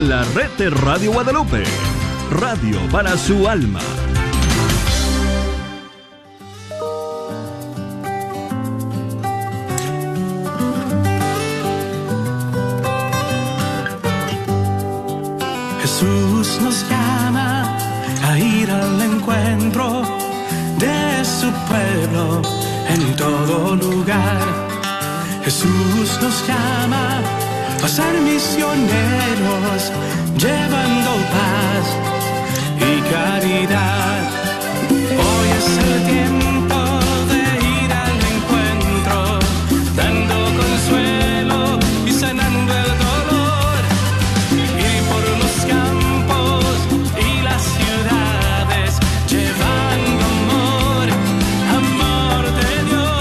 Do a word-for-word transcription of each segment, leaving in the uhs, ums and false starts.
La red de Radio Guadalupe, radio para su alma. Jesús nos llama a ir al encuentro de su pueblo en todo lugar. Jesús nos llama a ser misioneros, llevando paz y caridad. Hoy es el tiempo de ir al encuentro, dando consuelo y sanando el dolor. Ir por los campos y las ciudades, llevando amor, amor de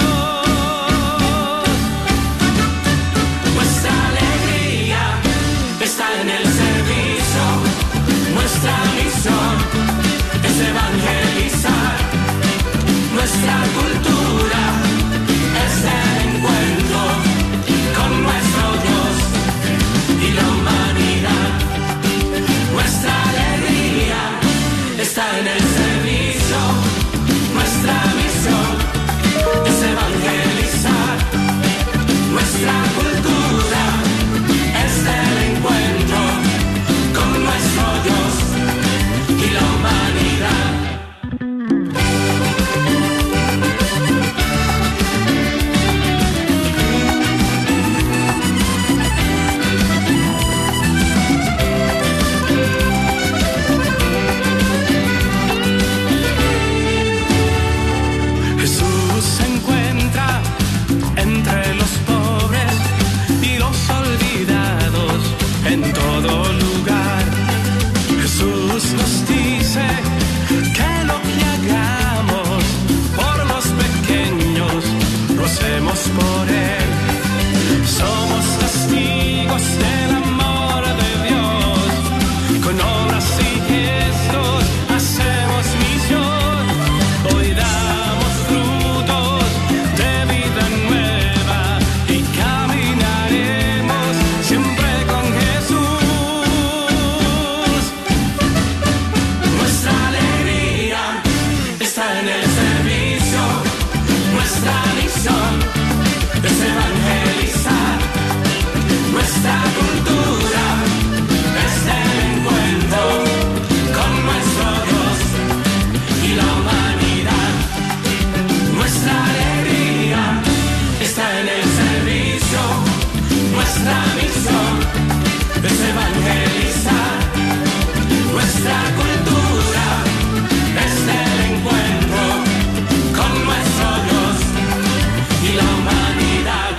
Dios. Nuestra alegría está en el servicio, nuestra misión es evangelizar, nuestra cultura es el encuentro con nuestro Dios y la humanidad. Nuestra alegría está en el servicio, nuestra misión es evangelizar, nuestra cultura es el encuentro con nuestro Dios y la humanidad. Jesús se encuentra entre los pobres y los olvidados en todo lugar. Jesús nos dice que lo que hagamos por los pequeños lo hacemos por Él. Somos testigos del amor de Dios, con obras y gestos hacemos misión. Hoy damos frutos de vida nueva y caminaremos siempre con Jesús. Nuestra alegría está en el servicio, nuestra misión es evangelizar, nuestra cultura es el encuentro con nuestro Dios y la humanidad. Nuestra alegría está en el servicio, nuestra misión es evangelizar, nuestra cultura es el encuentro con nuestro Dios y la humanidad.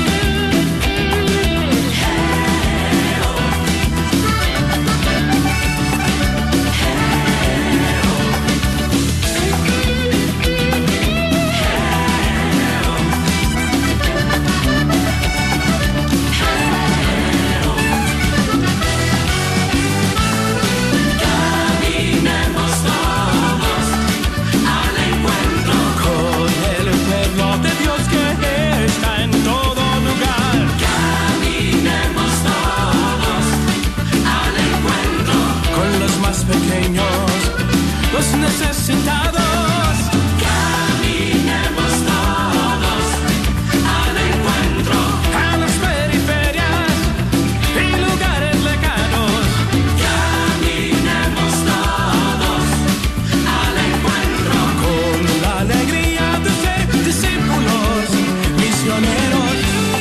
Caminemos todos al encuentro con el pueblo de Dios que está en todo lugar. Caminemos todos al encuentro con los más pequeños, los necesitados. Caminemos todos al encuentro a las periferias y lugares lejanos. Caminemos todos al encuentro con la alegría de ser discípulos misioneros.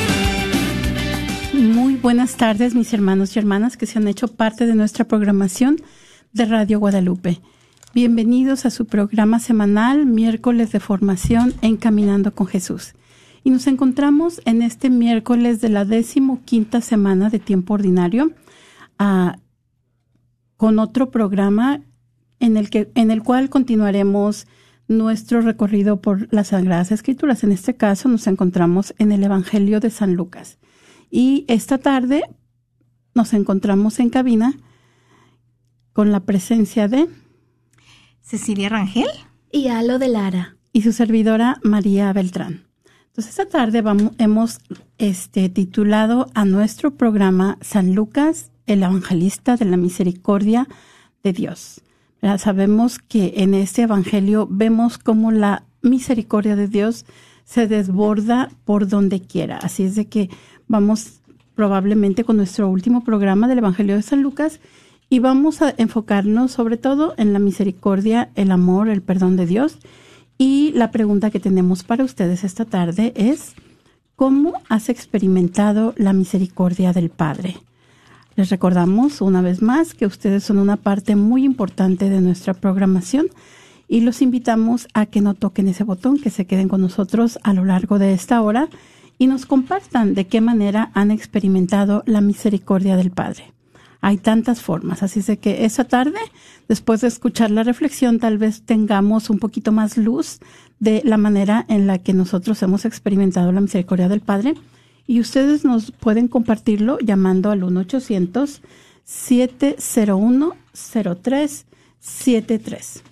Muy buenas tardes, mis hermanos y hermanas que se han hecho parte de nuestra programación de Radio Guadalupe. Bienvenidos a su programa semanal, miércoles de formación en Caminando con Jesús. Y nos encontramos en este miércoles de la decimoquinta semana de tiempo ordinario uh, con otro programa en el, que, en el cual continuaremos nuestro recorrido por las Sagradas Escrituras. En este caso nos encontramos en el Evangelio de San Lucas. Y esta tarde nos encontramos en cabina con la presencia de Cecilia Rangel y Alo de Lara y su servidora María Beltrán. Entonces esta tarde vamos, hemos este, titulado a nuestro programa San Lucas el evangelista de la misericordia de Dios. Ya sabemos que en este evangelio vemos cómo la misericordia de Dios se desborda por donde quiera. Así es de que vamos probablemente con nuestro último programa del Evangelio de San Lucas y vamos a enfocarnos sobre todo en la misericordia, el amor, el perdón de Dios. Y la pregunta que tenemos para ustedes esta tarde es: ¿cómo has experimentado la misericordia del Padre? Les recordamos una vez más que ustedes son una parte muy importante de nuestra programación y los invitamos a que no toquen ese botón, que se queden con nosotros a lo largo de esta hora y nos compartan de qué manera han experimentado la misericordia del Padre. Hay tantas formas, así es de que esa tarde, después de escuchar la reflexión, tal vez tengamos un poquito más luz de la manera en la que nosotros hemos experimentado la misericordia del Padre. Y ustedes nos pueden compartirlo llamando al uno ochocientos, siete cero uno, cero tres siete tres.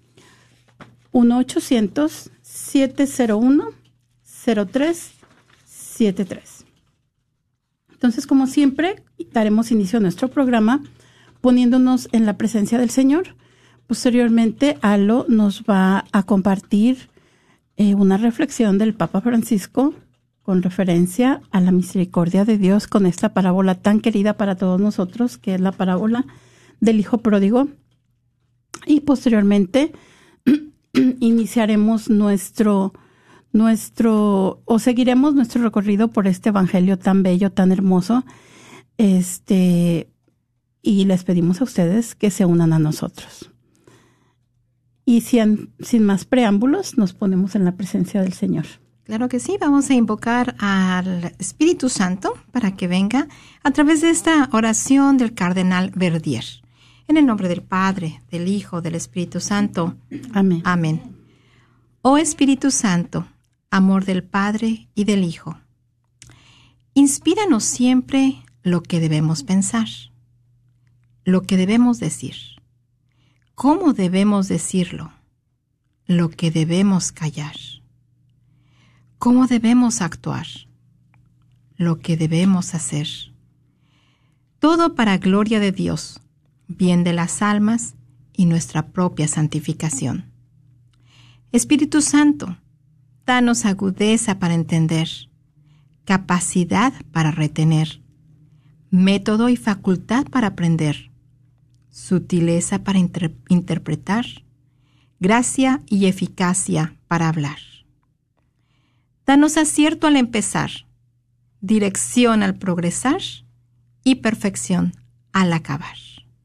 uno ochocientos, siete cero uno, cero tres siete tres. Entonces, como siempre, daremos inicio a nuestro programa poniéndonos en la presencia del Señor. Posteriormente, Alo nos va a compartir eh, una reflexión del Papa Francisco con referencia a la misericordia de Dios con esta parábola tan querida para todos nosotros, que es la parábola del Hijo Pródigo. Y posteriormente iniciaremos nuestro, nuestro, o seguiremos nuestro recorrido por este evangelio tan bello, tan hermoso. Este, y les pedimos a ustedes que se unan a nosotros. Y sin, sin más preámbulos, nos ponemos en la presencia del Señor. Claro que sí, vamos a invocar al Espíritu Santo para que venga a través de esta oración del cardenal Verdier. En el nombre del Padre, del Hijo, del Espíritu Santo. Amén. Amén. Oh Espíritu Santo, amor del Padre y del Hijo, inspíranos siempre lo que debemos pensar, lo que debemos decir, cómo debemos decirlo, lo que debemos callar, cómo debemos actuar, lo que debemos hacer. Todo para gloria de Dios, bien de las almas y nuestra propia santificación. Espíritu Santo, danos agudeza para entender, capacidad para retener, método y facultad para aprender, sutileza para inter- interpretar, gracia y eficacia para hablar. Danos acierto al empezar, dirección al progresar y perfección al acabar.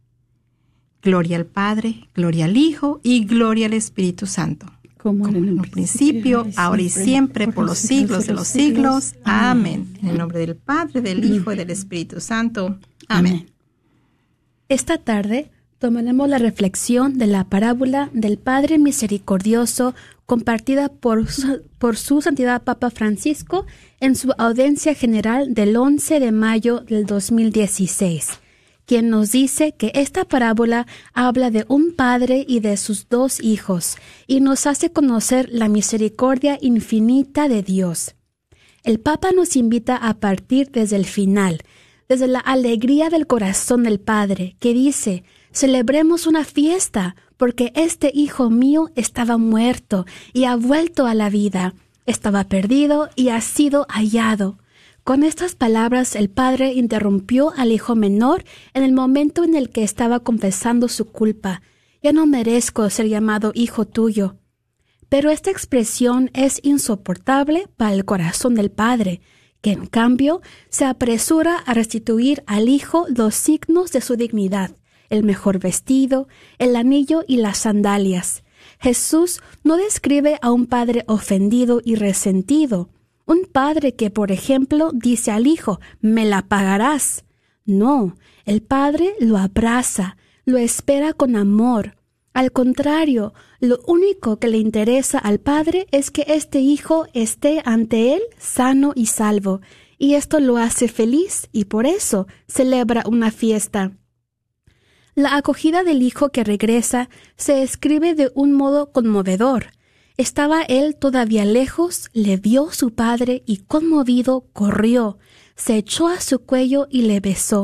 Gloria al Padre, gloria al Hijo y gloria al Espíritu Santo. Como Como en un principio, ahora y siempre, por los siglos de los siglos. Amén. En el nombre del Padre, del Hijo y del Espíritu Santo. Amén. Esta tarde tomaremos la reflexión de la parábola del Padre Misericordioso compartida por su, por su Santidad Papa Francisco en su audiencia general del once de mayo del dos mil dieciséis, quien nos dice que esta parábola habla de un padre y de sus dos hijos y nos hace conocer la misericordia infinita de Dios. El Papa nos invita a partir desde el final, desde la alegría del corazón del Padre, que dice: celebremos una fiesta, porque este hijo mío estaba muerto y ha vuelto a la vida, estaba perdido y ha sido hallado. Con estas palabras el padre interrumpió al hijo menor en el momento en el que estaba confesando su culpa. Ya no merezco ser llamado hijo tuyo. Pero esta expresión es insoportable para el corazón del padre, que en cambio se apresura a restituir al hijo los signos de su dignidad, el mejor vestido, el anillo y las sandalias. Jesús no describe a un padre ofendido y resentido, un padre que, por ejemplo, dice al hijo: «Me la pagarás». No, el padre lo abraza, lo espera con amor. Al contrario, lo único que le interesa al padre es que este hijo esté ante él sano y salvo, y esto lo hace feliz y por eso celebra una fiesta. La acogida del hijo que regresa se escribe de un modo conmovedor. Estaba él todavía lejos, le vio su padre y conmovido corrió, se echó a su cuello y le besó,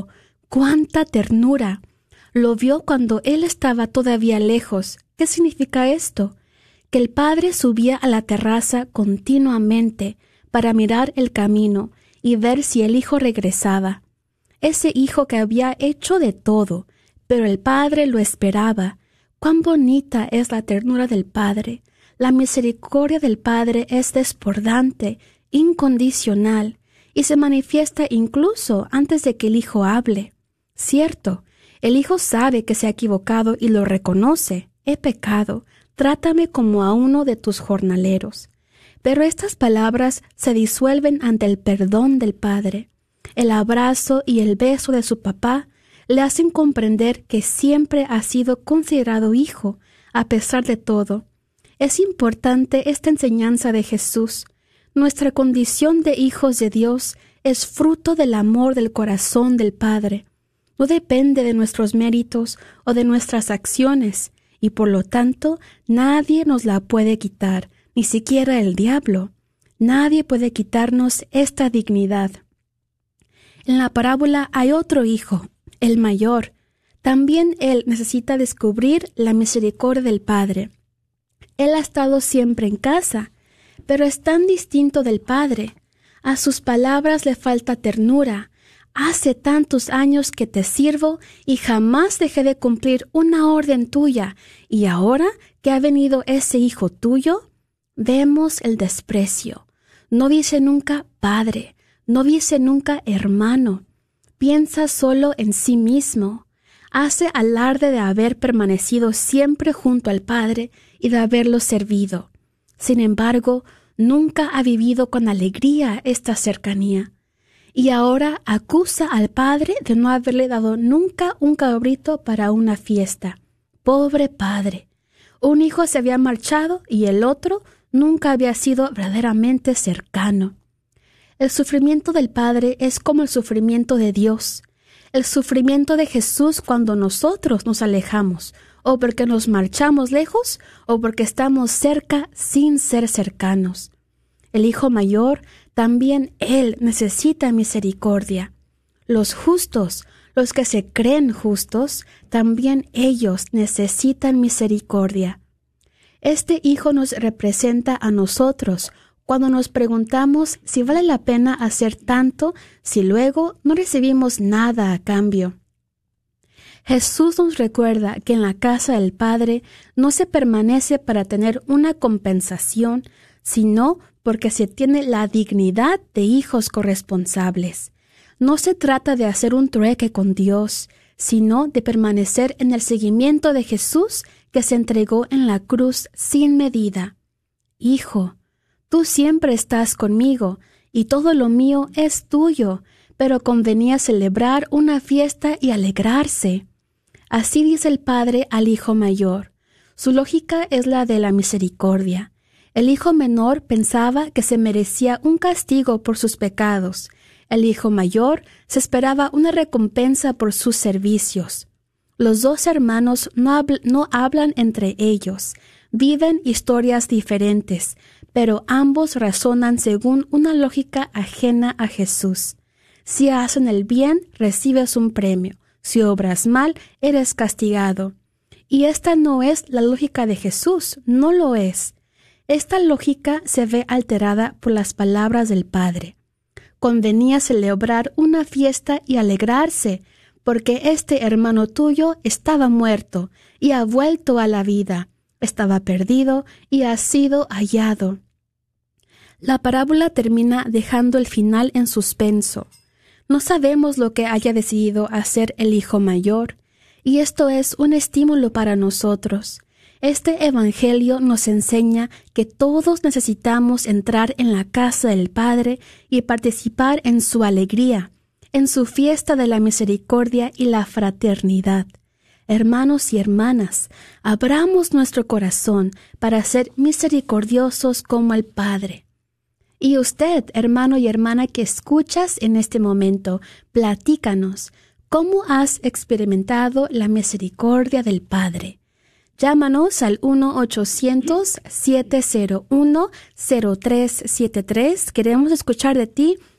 ¡Cuánta ternura! Lo vio cuando él estaba todavía lejos. ¿Qué significa esto? Que el padre subía a la terraza continuamente para mirar el camino y ver si el hijo regresaba. Ese hijo que había hecho de todo, pero el padre lo esperaba. ¡Cuán bonita es la ternura del padre! La misericordia del padre es desbordante, incondicional, y se manifiesta incluso antes de que el hijo hable. Cierto, el hijo sabe que se ha equivocado y lo reconoce. He pecado, trátame como a uno de tus jornaleros. Pero estas palabras se disuelven ante el perdón del padre. El abrazo y el beso de su papá le hacen comprender que siempre ha sido considerado hijo, a pesar de todo. Es importante esta enseñanza de Jesús. Nuestra condición de hijos de Dios es fruto del amor del corazón del Padre. No depende de nuestros méritos o de nuestras acciones, y por lo tanto nadie nos la puede quitar, ni siquiera el diablo. Nadie puede quitarnos esta dignidad. En la parábola hay otro hijo, el mayor. También él necesita descubrir la misericordia del Padre. Él ha estado siempre en casa, pero es tan distinto del Padre. A sus palabras le falta ternura. Hace tantos años que te sirvo y jamás dejé de cumplir una orden tuya, y ahora que ha venido ese hijo tuyo, vemos el desprecio. No dice nunca Padre, no dice nunca hermano. Piensa solo en sí mismo. Hace alarde de haber permanecido siempre junto al Padre y de haberlo servido. Sin embargo, nunca ha vivido con alegría esta cercanía. Y ahora acusa al padre de no haberle dado nunca un cabrito para una fiesta. Pobre padre. Un hijo se había marchado y el otro nunca había sido verdaderamente cercano. El sufrimiento del Padre es como el sufrimiento de Dios. El sufrimiento de Jesús cuando nosotros nos alejamos, o porque nos marchamos lejos, o porque estamos cerca sin ser cercanos. El hijo mayor, también él necesita misericordia. Los justos, los que se creen justos, también ellos necesitan misericordia. Este hijo nos representa a nosotros cuando nos preguntamos si vale la pena hacer tanto si luego no recibimos nada a cambio. Jesús nos recuerda que en la casa del Padre no se permanece para tener una compensación, sino porque se tiene la dignidad de hijos corresponsables. No se trata de hacer un trueque con Dios, sino de permanecer en el seguimiento de Jesús que se entregó en la cruz sin medida. Hijo, tú siempre estás conmigo, y todo lo mío es tuyo, pero convenía celebrar una fiesta y alegrarse. Así dice el padre al hijo mayor. Su lógica es la de la misericordia. El hijo menor pensaba que se merecía un castigo por sus pecados. El hijo mayor se esperaba una recompensa por sus servicios. Los dos hermanos no, habl- no hablan entre ellos, viven historias diferentes, pero ambos razonan según una lógica ajena a Jesús. Si hacen el bien, recibes un premio. Si obras mal, eres castigado. Y esta no es la lógica de Jesús, no lo es. Esta lógica se ve alterada por las palabras del Padre. Convenía celebrar una fiesta y alegrarse, porque este hermano tuyo estaba muerto y ha vuelto a la vida, estaba perdido y ha sido hallado. La parábola termina dejando el final en suspenso. No sabemos lo que haya decidido hacer el hijo mayor, y esto es un estímulo para nosotros. Este evangelio nos enseña que todos necesitamos entrar en la casa del Padre y participar en su alegría, en su fiesta de la misericordia y la fraternidad. Hermanos y hermanas, abramos nuestro corazón para ser misericordiosos como el Padre. Y usted, hermano y hermana que escuchas en este momento, platícanos, ¿cómo has experimentado la misericordia del Padre? Llámanos al uno ochocientos, siete cero uno, cero tres siete tres. Queremos escuchar de ti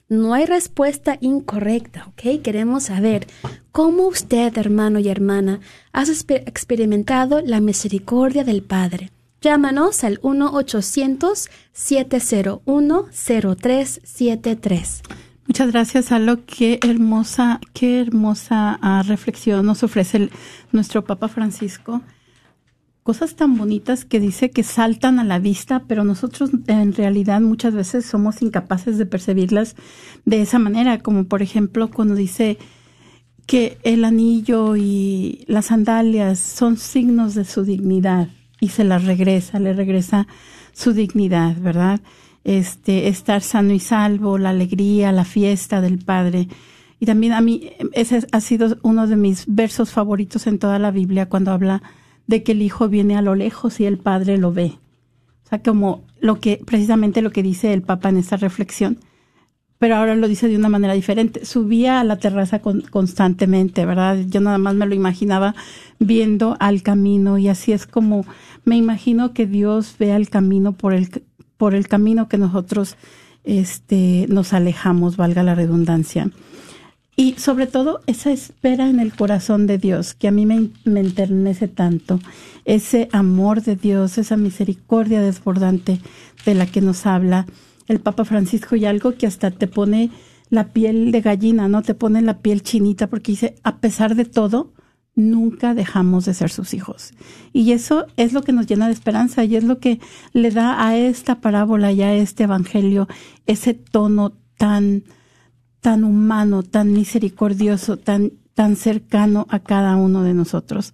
No hay respuesta incorrecta, ¿ok? Queremos saber cómo usted, hermano y hermana, ha experimentado la misericordia del Padre. Llámanos al uno ochocientos, siete cero uno, cero tres siete tres. Muchas gracias, Alo. Qué hermosa, qué hermosa uh, reflexión nos ofrece el, nuestro Papa Francisco. Cosas tan bonitas que dice que saltan a la vista, pero nosotros en realidad muchas veces somos incapaces de percibirlas de esa manera, como por ejemplo cuando dice que el anillo y las sandalias son signos de su dignidad y se las regresa, le regresa su dignidad, ¿verdad? Este, estar sano y salvo, la alegría, la fiesta del Padre. Y también a mí ese ha sido uno de mis versos favoritos en toda la Biblia, cuando habla de que el Hijo viene a lo lejos y el Padre lo ve. O sea, como lo que, precisamente lo que dice el Papa en esta reflexión, pero ahora lo dice de una manera diferente. Subía a la terraza con, constantemente, ¿verdad? Yo nada más me lo imaginaba viendo al camino, y así es como me imagino que Dios ve al camino por el, por el camino que nosotros este, nos alejamos, valga la redundancia. Y sobre todo esa espera en el corazón de Dios, que a mí me, me enternece tanto, ese amor de Dios, esa misericordia desbordante de la que nos habla el Papa Francisco, y algo que hasta te pone la piel de gallina, ¿no? Te pone la piel chinita, porque dice, a pesar de todo, nunca dejamos de ser sus hijos. Y eso es lo que nos llena de esperanza, y es lo que le da a esta parábola y a este evangelio ese tono tan tan humano, tan misericordioso, tan, tan cercano a cada uno de nosotros.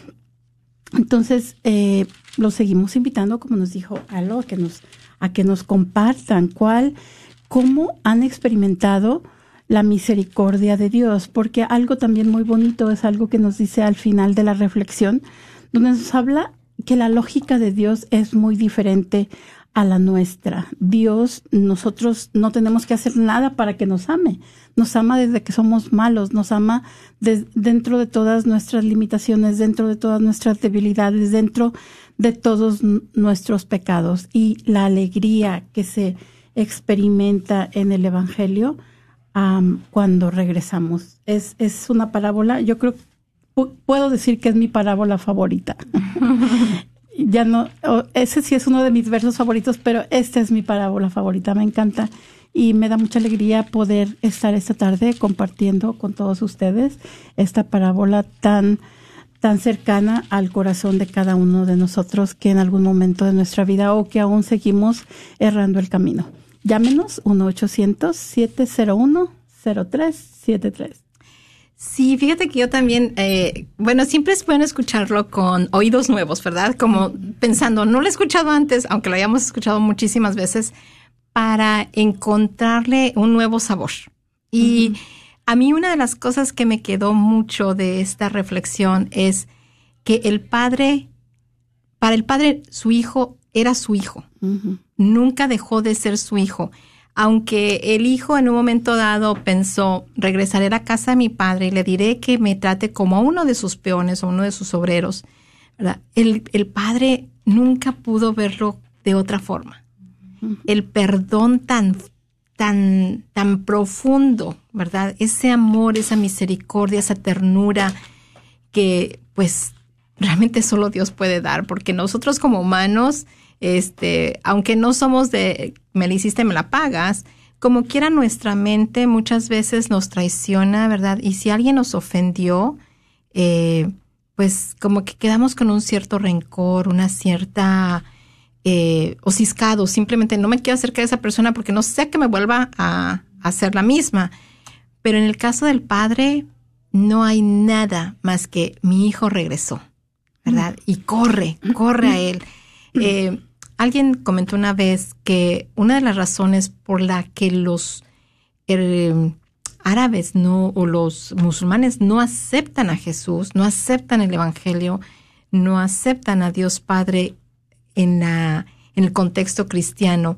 Entonces, eh, los seguimos invitando, como nos dijo Alo, a que nos, a que nos compartan cuál, cómo han experimentado la misericordia de Dios, porque algo también muy bonito es algo que nos dice al final de la reflexión, donde nos habla que la lógica de Dios es muy diferente a la nuestra. Dios, nosotros no tenemos que hacer nada para que nos ame. Nos ama desde que somos malos, nos ama de, dentro de todas nuestras limitaciones, dentro de todas nuestras debilidades, dentro de todos nuestros pecados. Y la alegría que se experimenta en el Evangelio um, cuando regresamos. Es, es una parábola, yo creo, pu- puedo decir que es mi parábola favorita. Ya no, ese sí es uno de mis versos favoritos, pero esta es mi parábola favorita, me encanta, y me da mucha alegría poder estar esta tarde compartiendo con todos ustedes esta parábola tan, tan cercana al corazón de cada uno de nosotros, que en algún momento de nuestra vida o que aún seguimos errando el camino. Llámenos uno ochocientos, siete cero uno, cero tres siete tres. Sí, fíjate que yo también, eh, bueno, siempre es bueno escucharlo con oídos nuevos, ¿verdad? Como pensando, no lo he escuchado antes, aunque lo hayamos escuchado muchísimas veces, para encontrarle un nuevo sabor. Y uh-huh. a mí una de las cosas que me quedó mucho de esta reflexión es que el padre, para el padre, su hijo era su hijo. Uh-huh. Nunca dejó de ser su hijo. Aunque el hijo en un momento dado pensó, regresaré a la casa de mi padre y le diré que me trate como a uno de sus peones o uno de sus obreros, ¿verdad? El, el padre nunca pudo verlo de otra forma. Uh-huh. El perdón tan, tan, tan profundo, ¿verdad? Ese amor, esa misericordia, esa ternura que pues realmente solo Dios puede dar, porque nosotros como humanos, Este, aunque no somos de me la hiciste, me la pagas, como quiera nuestra mente muchas veces nos traiciona, ¿verdad? Y si alguien nos ofendió, eh, pues como que quedamos con un cierto rencor, una cierta eh, o ciscado, simplemente no me quiero acercar a esa persona porque no sé que me vuelva a, a hacer la misma. Pero en el caso del padre no hay nada más que mi hijo regresó, ¿verdad? Y corre, corre a él. Eh, alguien comentó una vez que una de las razones por la que los eh, árabes no o los musulmanes no aceptan a Jesús, no aceptan el Evangelio, no aceptan a Dios Padre en, la, en el contexto cristiano,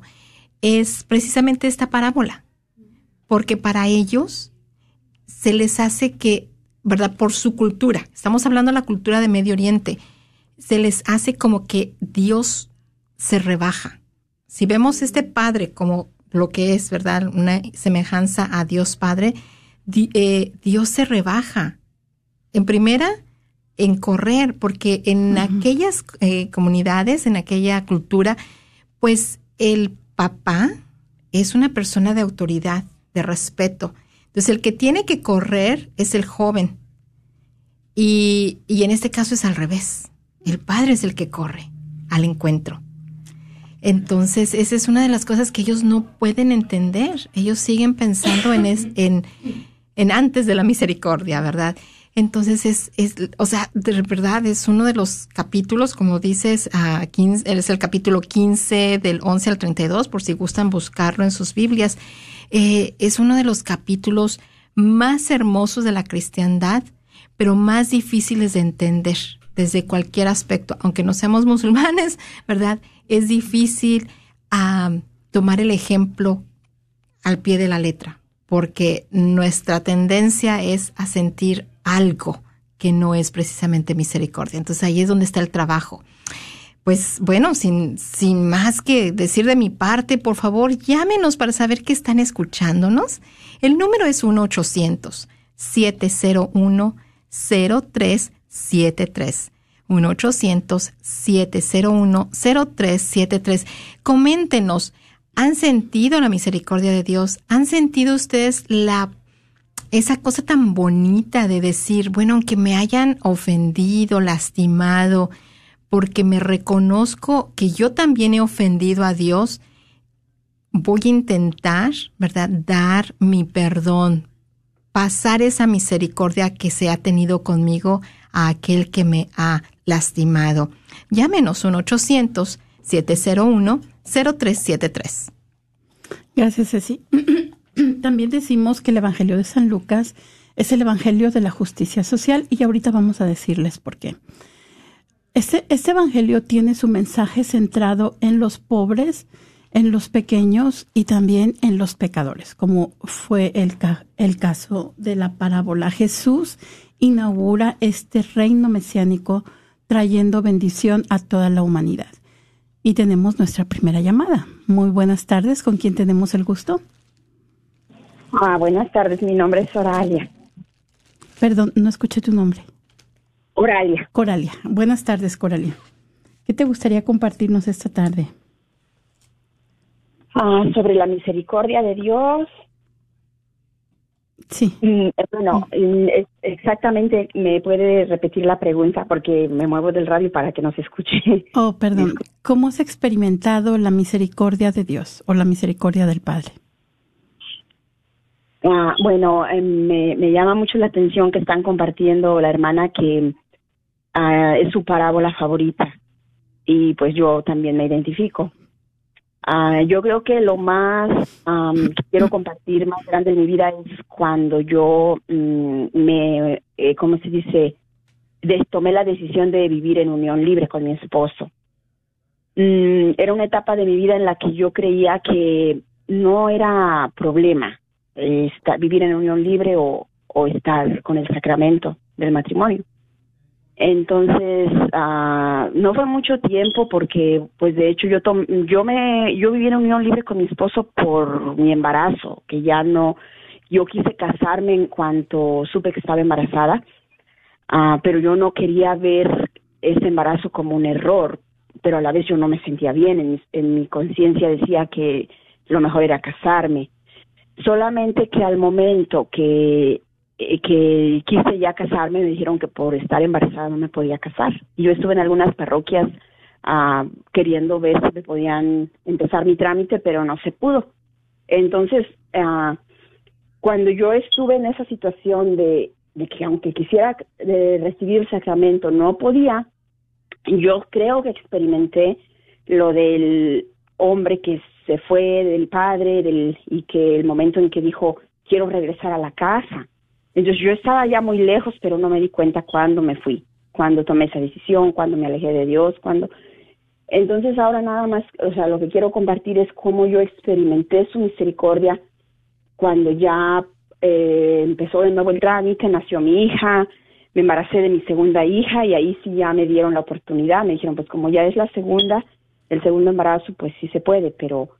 es precisamente esta parábola. Porque para ellos se les hace que, ¿verdad? Por su cultura, estamos hablando de la cultura de Medio Oriente, se les hace como que Dios se rebaja. Si vemos este padre como lo que es, ¿verdad?, una semejanza a Dios Padre, di, eh, Dios se rebaja. En primera, en correr, porque en uh-huh. aquellas eh, comunidades, en aquella cultura, pues el papá es una persona de autoridad, de respeto. Entonces, el que tiene que correr es el joven. Y, y en este caso es al revés. El padre es el que corre al encuentro. Entonces, esa es una de las cosas que ellos no pueden entender. Ellos siguen pensando en, es, en, en antes de la misericordia, ¿verdad? Entonces, es, es, o sea, de verdad, es uno de los capítulos, como dices, uh, quince, es el capítulo quince del once al treinta y dos, por si gustan buscarlo en sus Biblias. Eh, es uno de los capítulos más hermosos de la cristiandad, pero más difíciles de entender desde cualquier aspecto. Aunque no seamos musulmanes, ¿verdad?, es difícil uh, tomar el ejemplo al pie de la letra, porque nuestra tendencia es a sentir algo que no es precisamente misericordia. Entonces ahí es donde está el trabajo. Pues bueno, sin, sin más que decir de mi parte, por favor, llámenos para saber que están escuchándonos. El número es uno ochocientos, siete cero uno, cero tres siete tres. uno ochocientos, siete cero uno, cero tres siete tres. Coméntenos, ¿han sentido la misericordia de Dios? ¿Han sentido ustedes la esa cosa tan bonita de decir, bueno, aunque me hayan ofendido, lastimado, porque me reconozco que yo también he ofendido a Dios, voy a intentar, ¿verdad?, dar mi perdón, pasar esa misericordia que se ha tenido conmigo a aquel que me ha lastimado? Llámenos uno ochocientos, siete cero uno, cero tres siete tres. Gracias, Ceci. También decimos que el Evangelio de San Lucas es el Evangelio de la justicia social, y ahorita vamos a decirles por qué. Este, este Evangelio tiene su mensaje centrado en los pobres, en los pequeños y también en los pecadores, como fue el, ca- el caso de la parábola. Jesús inaugura este reino mesiánico trayendo bendición a toda la humanidad. Y tenemos nuestra primera llamada. Muy buenas tardes, ¿con quién tenemos el gusto? Ah, buenas tardes, mi nombre es Oralia. Perdón, no escuché tu nombre. Oralia. Coralia. Buenas tardes, Coralia. ¿Qué te gustaría compartirnos esta tarde? Ah, sobre la misericordia de Dios. Sí. Mm, bueno, mm, es, exactamente, ¿me puede repetir la pregunta? Porque me muevo del radio para que no se escuche. Oh, perdón. ¿Cómo has experimentado la misericordia de Dios o la misericordia del Padre? Ah, bueno, eh, me, me llama mucho la atención que están compartiendo la hermana que ah, es su parábola favorita, y pues yo también me identifico. Ah, yo creo que lo más um, que quiero compartir más grande en mi vida es cuando yo mm, me, eh, ¿cómo se dice?, de, tomé la decisión de vivir en unión libre con mi esposo. Mm, era una etapa de mi vida en la que yo creía que no era problema eh, estar, vivir en unión libre o, o estar con el sacramento del matrimonio. Entonces, uh, no fue mucho tiempo porque, pues, de hecho, yo tom yo me yo viví en unión libre con mi esposo por mi embarazo, que ya no, yo quise casarme en cuanto supe que estaba embarazada, uh, pero yo no quería ver ese embarazo como un error, pero a la vez yo no me sentía bien, en mi, en mi conciencia decía que lo mejor era casarme. Solamente que al momento que que quise ya casarme, me dijeron que por estar embarazada no me podía casar. Y yo estuve en algunas parroquias uh, queriendo ver si me podían empezar mi trámite, pero no se pudo. Entonces, uh, cuando yo estuve en esa situación de, de que aunque quisiera de recibir el sacramento, no podía, yo creo que experimenté lo del hombre que se fue del padre del, y que el momento en que dijo, quiero regresar a la casa. Entonces yo estaba ya muy lejos, pero no me di cuenta cuándo me fui, cuándo tomé esa decisión, cuándo me alejé de Dios, cuándo. Entonces ahora nada más, o sea, lo que quiero compartir es cómo yo experimenté su misericordia cuando ya eh, empezó de nuevo el trámite, nació mi hija, me embaracé de mi segunda hija y ahí sí ya me dieron la oportunidad. Me dijeron, pues como ya es la segunda, el segundo embarazo, pues sí se puede, pero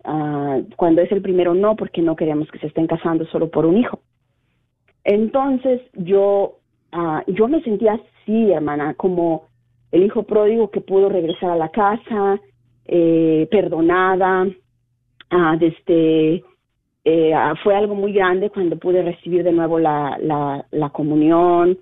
Uh, cuando es el primero no, porque no queremos que se estén casando solo por un hijo. Entonces yo, uh, yo me sentía así, hermana, como el hijo pródigo que pudo regresar a la casa, eh, perdonada. Uh, desde, eh, uh, fue algo muy grande cuando pude recibir de nuevo la, la, la comunión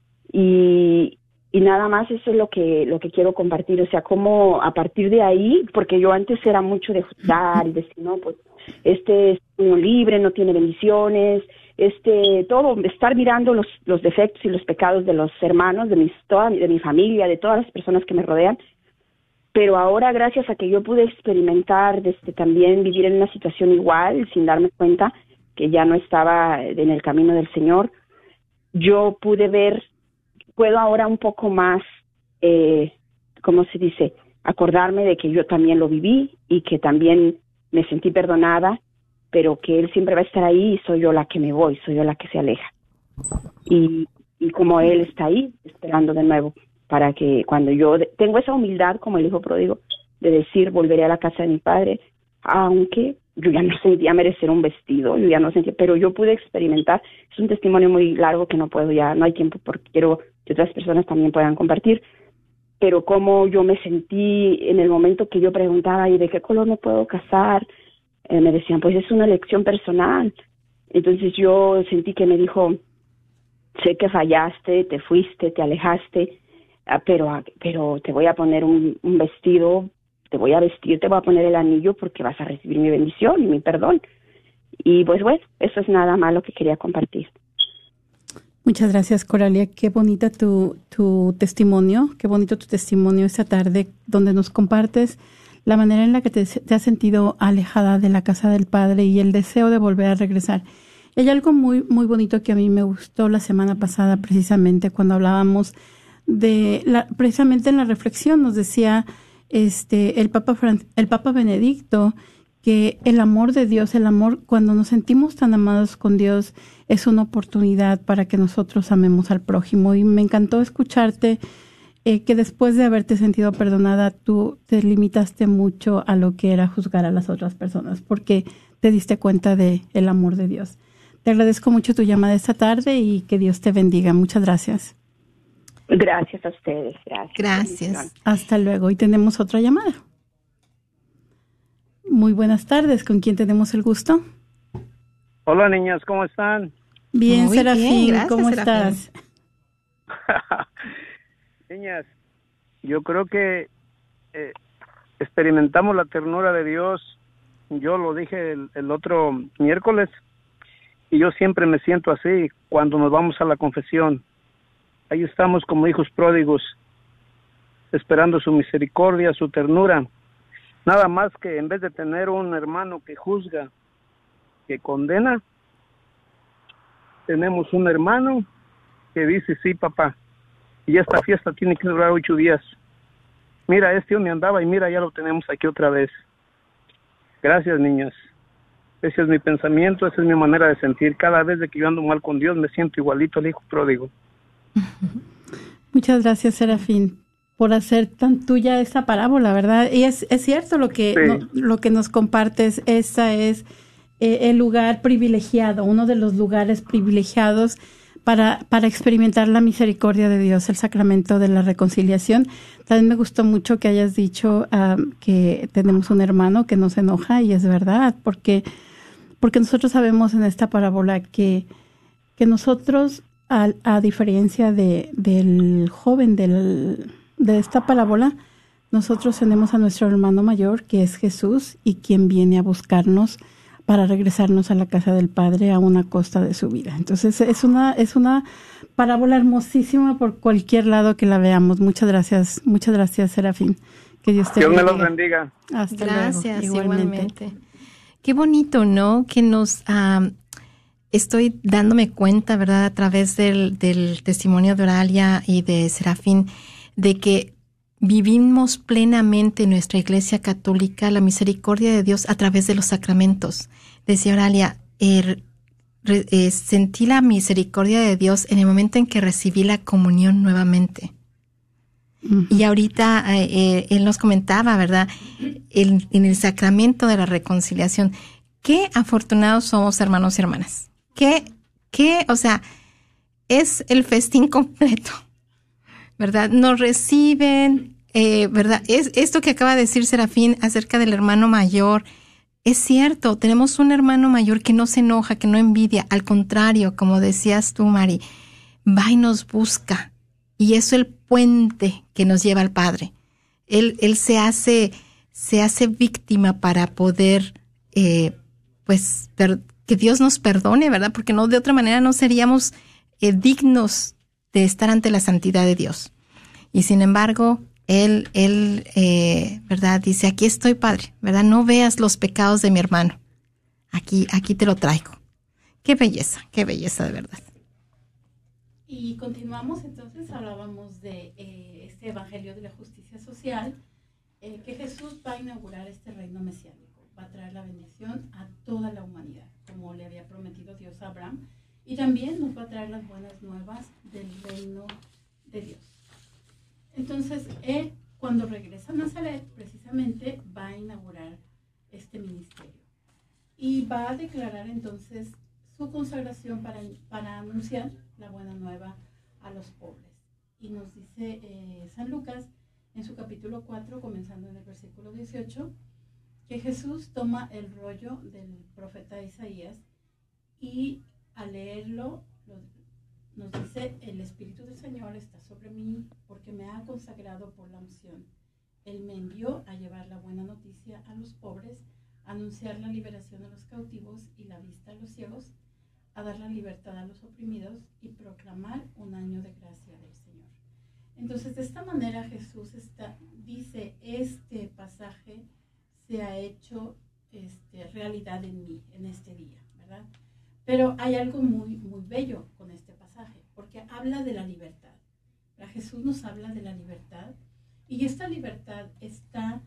y Y nada más eso es lo que lo que quiero compartir, o sea, como a partir de ahí, porque yo antes era mucho de juzgar y decir, no, pues, este es un libre, no tiene bendiciones, este, todo, estar mirando los, los defectos y los pecados de los hermanos, de, mis, toda, de mi familia, de todas las personas que me rodean, pero ahora gracias a que yo pude experimentar, desde también vivir en una situación igual, sin darme cuenta que ya no estaba en el camino del Señor, yo pude ver, puedo ahora un poco más, eh, ¿cómo se dice?, acordarme de que yo también lo viví y que también me sentí perdonada, pero que Él siempre va a estar ahí y soy yo la que me voy, soy yo la que se aleja. Y, y como Él está ahí, esperando de nuevo, para que cuando yo de, tengo esa humildad como el hijo pródigo, de decir, volveré a la casa de mi padre, aunque yo ya no sentía merecer un vestido, yo ya no sentía, pero yo pude experimentar, es un testimonio muy largo que no puedo ya, no hay tiempo porque quiero que otras personas también puedan compartir, pero como yo me sentí en el momento que yo preguntaba, ¿y de qué color me puedo casar? Eh, me decían, pues es una elección personal. Entonces yo sentí que me dijo, sé que fallaste, te fuiste, te alejaste, pero, pero te voy a poner un, un vestido, te voy a vestir, te voy a poner el anillo porque vas a recibir mi bendición y mi perdón. Y pues bueno, eso es nada más lo que quería compartir. Muchas gracias, Coralia. Qué bonita tu, tu testimonio, qué bonito tu testimonio esta tarde, donde nos compartes la manera en la que te, te has sentido alejada de la casa del Padre y el deseo de volver a regresar. Y hay algo muy, muy bonito que a mí me gustó la semana pasada, precisamente cuando hablábamos de, la, precisamente en la reflexión, nos decía este el Papa Fran, el Papa Benedicto, que el amor de Dios, el amor, cuando nos sentimos tan amados con Dios, es una oportunidad para que nosotros amemos al prójimo. Y me encantó escucharte eh, que después de haberte sentido perdonada, tú te limitaste mucho a lo que era juzgar a las otras personas, porque te diste cuenta de el amor de Dios. Te agradezco mucho tu llamada esta tarde y que Dios te bendiga. Muchas gracias. Gracias a ustedes. Gracias. Gracias. Hasta luego. Y tenemos otra llamada. Muy buenas tardes. ¿Con quién tenemos el gusto? Hola, niñas, ¿cómo están? Bien, Muy Serafín. bien, gracias, ¿Cómo Serafín. estás? Niñas, yo creo que eh, experimentamos la ternura de Dios. Yo lo dije el, el otro miércoles y yo siempre me siento así cuando nos vamos a la confesión. Ahí estamos como hijos pródigos, esperando su misericordia, su ternura. Nada más que en vez de tener un hermano que juzga, que condena, tenemos un hermano que dice, sí, papá, y esta fiesta tiene que durar ocho días. Mira, este hombre andaba y mira, ya lo tenemos aquí otra vez. Gracias, niñas. Ese es mi pensamiento, esa es mi manera de sentir. Cada vez de que yo ando mal con Dios, me siento igualito al hijo pródigo. Muchas gracias, Serafín, por hacer tan tuya esa parábola, ¿verdad? Y es, es cierto lo que, Sí. no, lo que nos compartes. Esa es eh, el lugar privilegiado, uno de los lugares privilegiados para, para experimentar la misericordia de Dios, el sacramento de la reconciliación. También me gustó mucho que hayas dicho um, que tenemos un hermano que nos enoja, y es verdad, porque, porque nosotros sabemos en esta parábola que, que nosotros, a, a diferencia de, del joven del, de esta parábola, nosotros tenemos a nuestro hermano mayor, que es Jesús, y quien viene a buscarnos para regresarnos a la casa del Padre a una costa de su vida. Entonces es una es una parábola hermosísima por cualquier lado que la veamos. Muchas gracias, muchas gracias, Serafín. Que Dios te Dios me bendiga. los bendiga. Hasta Gracias, luego. igualmente. Qué bonito, ¿no? Que nos um, estoy dándome cuenta, ¿verdad? A través del, del testimonio de Oralia y de Serafín, de que vivimos plenamente en nuestra Iglesia Católica la misericordia de Dios a través de los sacramentos. Decía Oralia, er, re, eh, sentí la misericordia de Dios en el momento en que recibí la comunión nuevamente. Uh-huh. Y ahorita eh, él nos comentaba, ¿verdad? El, en el sacramento de la reconciliación. Qué afortunados somos, hermanos y hermanas. Qué, qué, o sea, es el festín completo, ¿verdad? Nos reciben, eh, ¿verdad? Es esto que acaba de decir Serafín acerca del hermano mayor. Es cierto, tenemos un hermano mayor que no se enoja, que no envidia. Al contrario, como decías tú, Mari, va y nos busca. Y es el puente que nos lleva al Padre. Él, él se hace, se hace víctima para poder, eh, pues, per, que Dios nos perdone, ¿verdad? Porque no, de otra manera no seríamos eh, dignos de estar ante la santidad de Dios. Y sin embargo, Él, él eh, ¿verdad? Dice, aquí estoy, Padre, ¿verdad? No veas los pecados de mi hermano. Aquí, aquí te lo traigo. Qué belleza, qué belleza de verdad. Y continuamos, entonces, hablábamos de eh, este Evangelio de la Justicia Social, eh, que Jesús va a inaugurar este reino mesiánico, va a traer la bendición a toda la humanidad, como le había prometido Dios a Abraham, y también nos va a traer las buenas nuevas del reino de Dios. Entonces, él, cuando regresa a Nazaret, precisamente va a inaugurar este ministerio y va a declarar entonces su consagración para, para anunciar la buena nueva a los pobres. Y nos dice eh, San Lucas en su capítulo cuatro, comenzando en el versículo dieciocho, que Jesús toma el rollo del profeta Isaías y al leerlo lo, nos dice, el Espíritu del Señor está sobre mí porque me ha consagrado por la unción. Él me envió a llevar la buena noticia a los pobres, a anunciar la liberación a los cautivos y la vista a los ciegos, a dar la libertad a los oprimidos y proclamar un año de gracia del Señor. Entonces, de esta manera Jesús está, dice, este pasaje se ha hecho este, realidad en mí, en este día, ¿verdad? Pero hay algo muy, muy bello con este pasaje, porque habla de la libertad. ¿Verdad? Jesús nos habla de la libertad, y esta libertad está,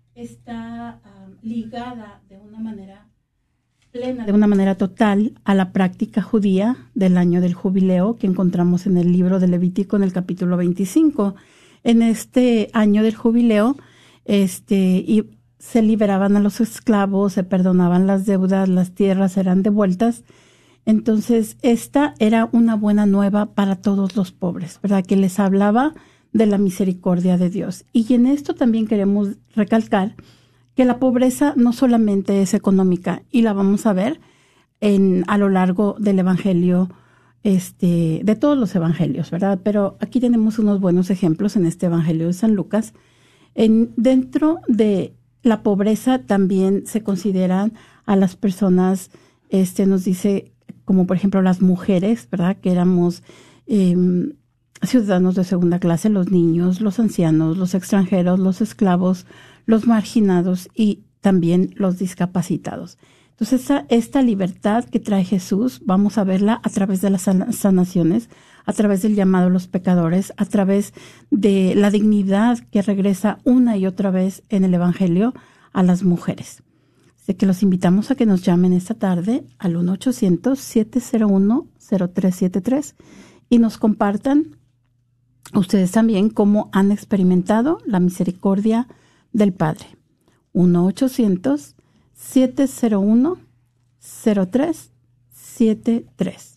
está um, ligada de una manera plena, de una manera total, a la práctica judía del año del jubileo que encontramos en el libro de Levítico en el capítulo veinticinco. En este año del jubileo, este, y se liberaban a los esclavos, se perdonaban las deudas, las tierras eran devueltas. Entonces, esta era una buena nueva para todos los pobres, ¿verdad? Que les hablaba de la misericordia de Dios. Y en esto también queremos recalcar que la pobreza no solamente es económica, y la vamos a ver en, a lo largo del Evangelio, este, de todos los Evangelios, ¿verdad? Pero aquí tenemos unos buenos ejemplos en este Evangelio de San Lucas. En, dentro de la pobreza también se consideran a las personas, este, nos dice, como por ejemplo las mujeres, ¿verdad? Que éramos eh, ciudadanos de segunda clase, los niños, los ancianos, los extranjeros, los esclavos, los marginados y también los discapacitados. Entonces, esta, esta libertad que trae Jesús, vamos a verla a través de las sanaciones, a través del llamado a los pecadores, a través de la dignidad que regresa una y otra vez en el Evangelio a las mujeres. Así que los invitamos a que nos llamen esta tarde al uno ochocientos, siete cero uno, cero tres siete tres y nos compartan ustedes también cómo han experimentado la misericordia del Padre. uno ochocientos, siete cero uno, cero tres siete tres.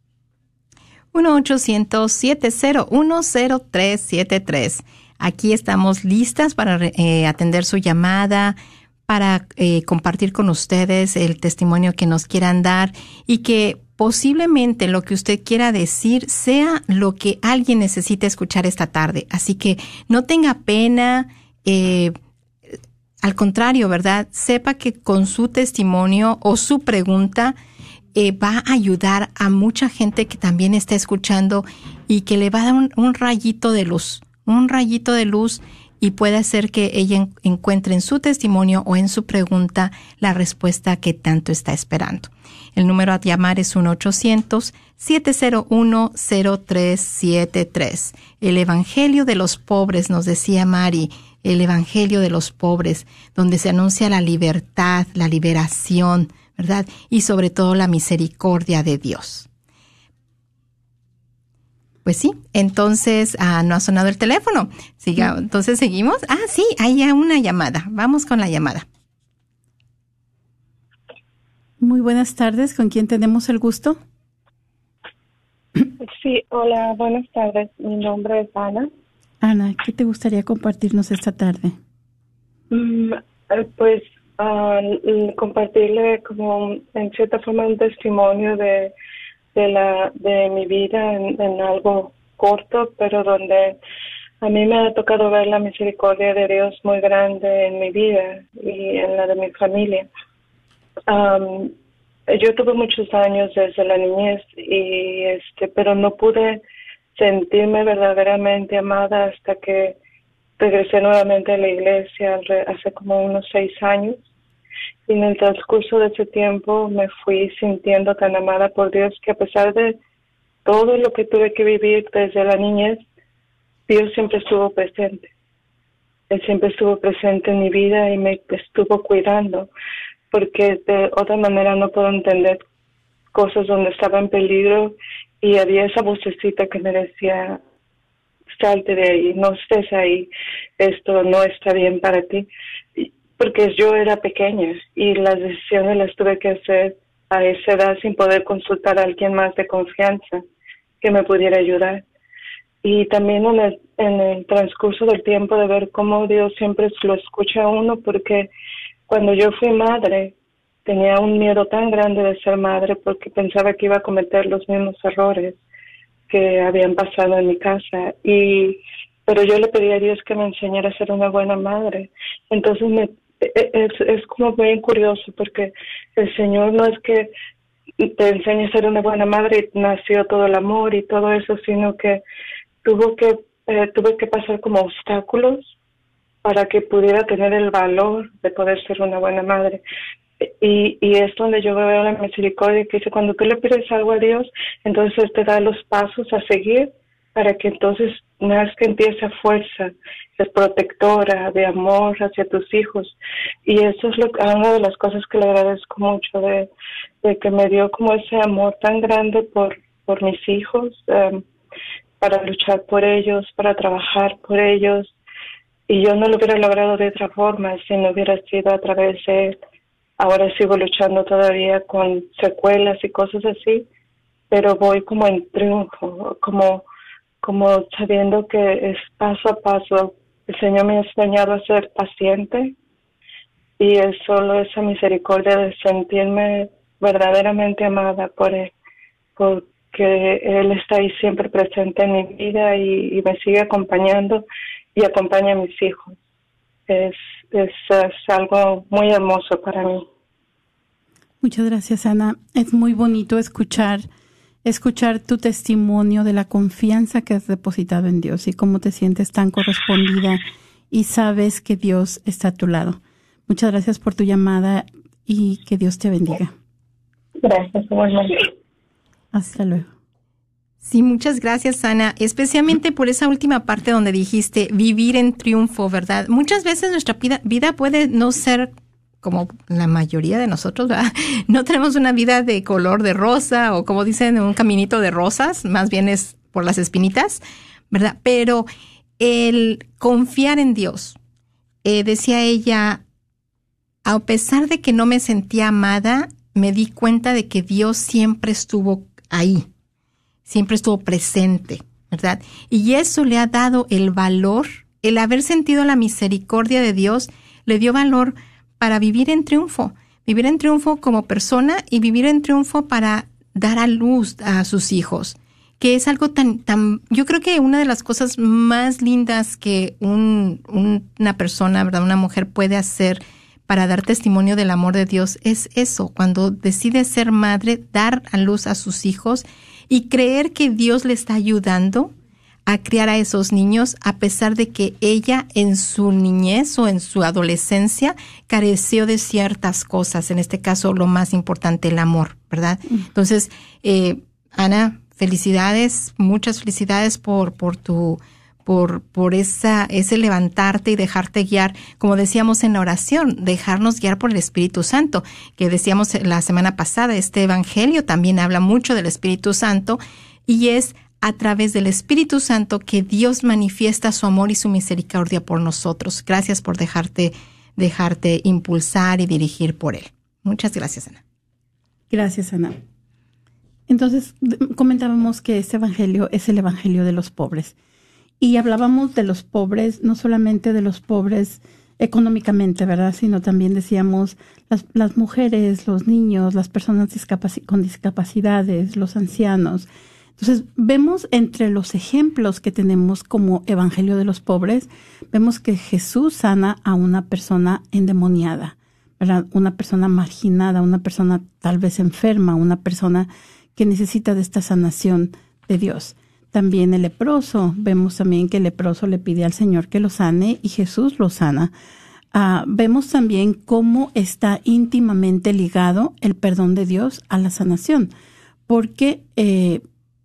uno ochocientos, siete cero uno, cero tres siete tres. Aquí estamos listas para eh, atender su llamada, para eh, compartir con ustedes el testimonio que nos quieran dar y que posiblemente lo que usted quiera decir sea lo que alguien necesite escuchar esta tarde. Así que no tenga pena, eh, al contrario, ¿verdad? Sepa que con su testimonio o su pregunta eh, va a ayudar a mucha gente que también está escuchando y que le va a dar un, un rayito de luz, un rayito de luz y puede hacer que ella en, encuentre en su testimonio o en su pregunta la respuesta que tanto está esperando. El número a llamar es uno ochocientos, siete cero uno, cero tres siete tres. El Evangelio de los pobres, nos decía Mari, el Evangelio de los pobres, donde se anuncia la libertad, la liberación, ¿verdad? Y sobre todo la misericordia de Dios. Pues sí, entonces ah, no ha sonado el teléfono. Siga, entonces seguimos. Ah, sí, hay ya una llamada. Vamos con la llamada. Muy buenas tardes. ¿Con quién tenemos el gusto? Sí, hola, buenas tardes. Mi nombre es Ana. Ana, ¿qué te gustaría compartirnos esta tarde? Mm, pues uh, compartirle como en cierta forma un testimonio de de la de mi vida en, en algo corto, pero donde a mí me ha tocado ver la misericordia de Dios muy grande en mi vida y en la de mi familia. Um, yo tuve muchos años desde la niñez y este, pero no pude sentirme verdaderamente amada hasta que regresé nuevamente a la iglesia hace como unos seis años. Y en el transcurso de ese tiempo me fui sintiendo tan amada por Dios que a pesar de todo lo que tuve que vivir desde la niñez, Dios siempre estuvo presente. Él siempre estuvo presente en mi vida y me estuvo cuidando, porque de otra manera no puedo entender cosas donde estaba en peligro y había esa vocecita que me decía, salte de ahí, no estés ahí, esto no está bien para ti. Porque yo era pequeña y las decisiones las tuve que hacer a esa edad sin poder consultar a alguien más de confianza que me pudiera ayudar. Y también en el, en el transcurso del tiempo de ver cómo Dios siempre lo escucha a uno, porque cuando yo fui madre tenía un miedo tan grande de ser madre porque pensaba que iba a cometer los mismos errores que habían pasado en mi casa. Y pero yo le pedí a Dios que me enseñara a ser una buena madre. Entonces me Es, es como bien curioso porque el Señor no es que te enseñe a ser una buena madre y nació todo el amor y todo eso, sino que tuvo que eh, tuve que pasar como obstáculos para que pudiera tener el valor de poder ser una buena madre. Y, y es donde yo veo la misericordia que dice, cuando tú le pides algo a Dios, entonces Él te da los pasos a seguir para que entonces nazca en ti esa fuerza, es protectora, de amor hacia tus hijos. Y eso es lo, una de las cosas que le agradezco mucho, de, de que me dio como ese amor tan grande por, por mis hijos, um, para luchar por ellos, para trabajar por ellos. Y yo no lo hubiera logrado de otra forma si no hubiera sido a través de él. Ahora sigo luchando todavía con secuelas y cosas así, pero voy como en triunfo, como... como sabiendo que es paso a paso. El Señor me ha enseñado a ser paciente y es solo esa misericordia de sentirme verdaderamente amada por Él, porque Él está ahí siempre presente en mi vida y, y me sigue acompañando y acompaña a mis hijos. Es, es, es algo muy hermoso para mí. Muchas gracias, Ana. Es muy bonito escuchar escuchar tu testimonio de la confianza que has depositado en Dios y cómo te sientes tan correspondida y sabes que Dios está a tu lado. Muchas gracias por tu llamada y que Dios te bendiga. Gracias, igualmente. Hasta luego. Sí, muchas gracias, Ana, especialmente por esa última parte donde dijiste vivir en triunfo, ¿verdad? Muchas veces nuestra vida, vida puede no ser como la mayoría de nosotros, ¿verdad? No tenemos una vida de color de rosa o como dicen, un caminito de rosas, más bien es por las espinitas, ¿verdad? Pero el confiar en Dios, eh, decía ella, a pesar de que no me sentía amada, me di cuenta de que Dios siempre estuvo ahí, siempre estuvo presente, ¿verdad? Y eso le ha dado el valor, el haber sentido la misericordia de Dios, le dio valor para vivir en triunfo, vivir en triunfo como persona y vivir en triunfo para dar a luz a sus hijos, que es algo tan, tan, yo creo que una de las cosas más lindas que un, un, una persona, ¿verdad? Una mujer puede hacer para dar testimonio del amor de Dios es eso, cuando decide ser madre, dar a luz a sus hijos y creer que Dios le está ayudando a criar a esos niños, a pesar de que ella en su niñez o en su adolescencia careció de ciertas cosas, en este caso lo más importante, el amor, ¿verdad? Mm. Entonces, eh, Ana, felicidades, muchas felicidades por, por tu, por, por esa, ese levantarte y dejarte guiar, como decíamos en la oración, dejarnos guiar por el Espíritu Santo, que decíamos la semana pasada, este evangelio también habla mucho del Espíritu Santo, y es a través del Espíritu Santo que Dios manifiesta su amor y su misericordia por nosotros. Gracias por dejarte, dejarte impulsar y dirigir por Él. Muchas gracias, Ana. Gracias, Ana. Entonces, comentábamos que este evangelio es el evangelio de los pobres. Y hablábamos de los pobres, no solamente de los pobres económicamente, ¿verdad? Sino también decíamos las, las mujeres, los niños, las personas discapaci- con discapacidades, los ancianos. Entonces, vemos entre los ejemplos que tenemos como evangelio de los pobres, vemos que Jesús sana a una persona endemoniada, ¿verdad? Una persona marginada, una persona tal vez enferma, una persona que necesita de esta sanación de Dios. También el leproso, vemos también que el leproso le pide al Señor que lo sane y Jesús lo sana. Uh, vemos también cómo está íntimamente ligado el perdón de Dios a la sanación, porque eh,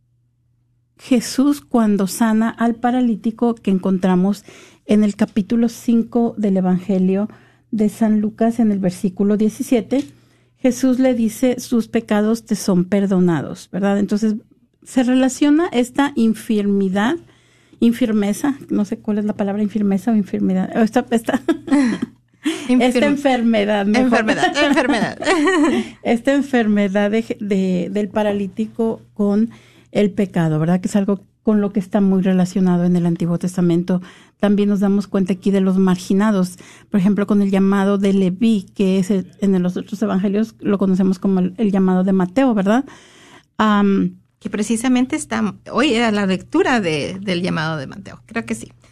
Jesús cuando sana al paralítico que encontramos en el capítulo cinco del Evangelio de San Lucas en el versículo diecisiete, Jesús le dice, sus pecados te son perdonados, ¿verdad? Entonces, se relaciona esta infirmidad, infirmeza, no sé cuál es la palabra, infirmeza o infirmidad, esta, esta, Infirm- esta enfermedad. Mejor. Enfermedad, enfermedad. Esta enfermedad de, de, del paralítico con el pecado, ¿verdad? Que es algo con lo que está muy relacionado en el Antiguo Testamento. También nos damos cuenta aquí de los marginados, por ejemplo, con el llamado de Leví, que es el, en los otros evangelios lo conocemos como el, el llamado de Mateo, ¿verdad? Um, que precisamente está, hoy era la lectura de, del llamado de Mateo, creo que sí.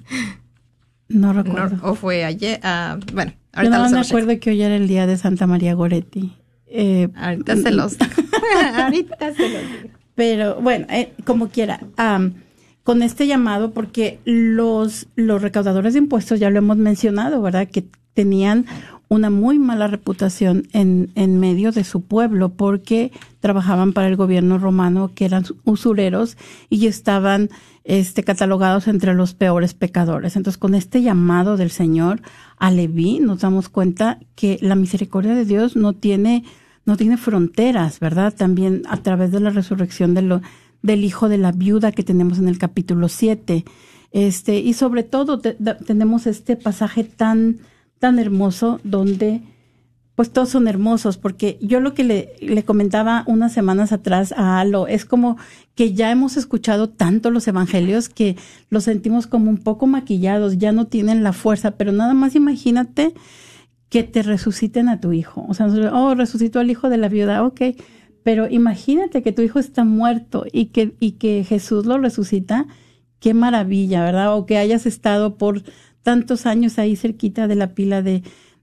No recuerdo. No, o fue ayer, uh, bueno, ahorita no me acuerdo checar. Que hoy era el día de Santa María Goretti. Eh, ahorita se los ahorita se los digo. Pero bueno, eh, como quiera, um, con este llamado, porque los, los recaudadores de impuestos, ya lo hemos mencionado, ¿verdad? Que tenían una muy mala reputación en, en medio de su pueblo porque trabajaban para el gobierno romano, que eran usureros y estaban este, catalogados entre los peores pecadores. Entonces, con este llamado del Señor a Leví, nos damos cuenta que la misericordia de Dios no tiene, no tiene fronteras, ¿verdad? También a través de la resurrección de lo, del hijo de la viuda que tenemos en el capítulo siete. Este, y sobre todo te, te, tenemos este pasaje tan tan hermoso donde pues todos son hermosos, porque yo lo que le, le comentaba unas semanas atrás a Alo es como que ya hemos escuchado tanto los evangelios que los sentimos como un poco maquillados, ya no tienen la fuerza, pero nada más imagínate que te resuciten a tu hijo, o sea, oh, resucitó al hijo de la viuda, ok, pero imagínate que tu hijo está muerto y que, y que Jesús lo resucita, qué maravilla, ¿verdad? O que hayas estado por tantos años ahí cerquita de la pila de,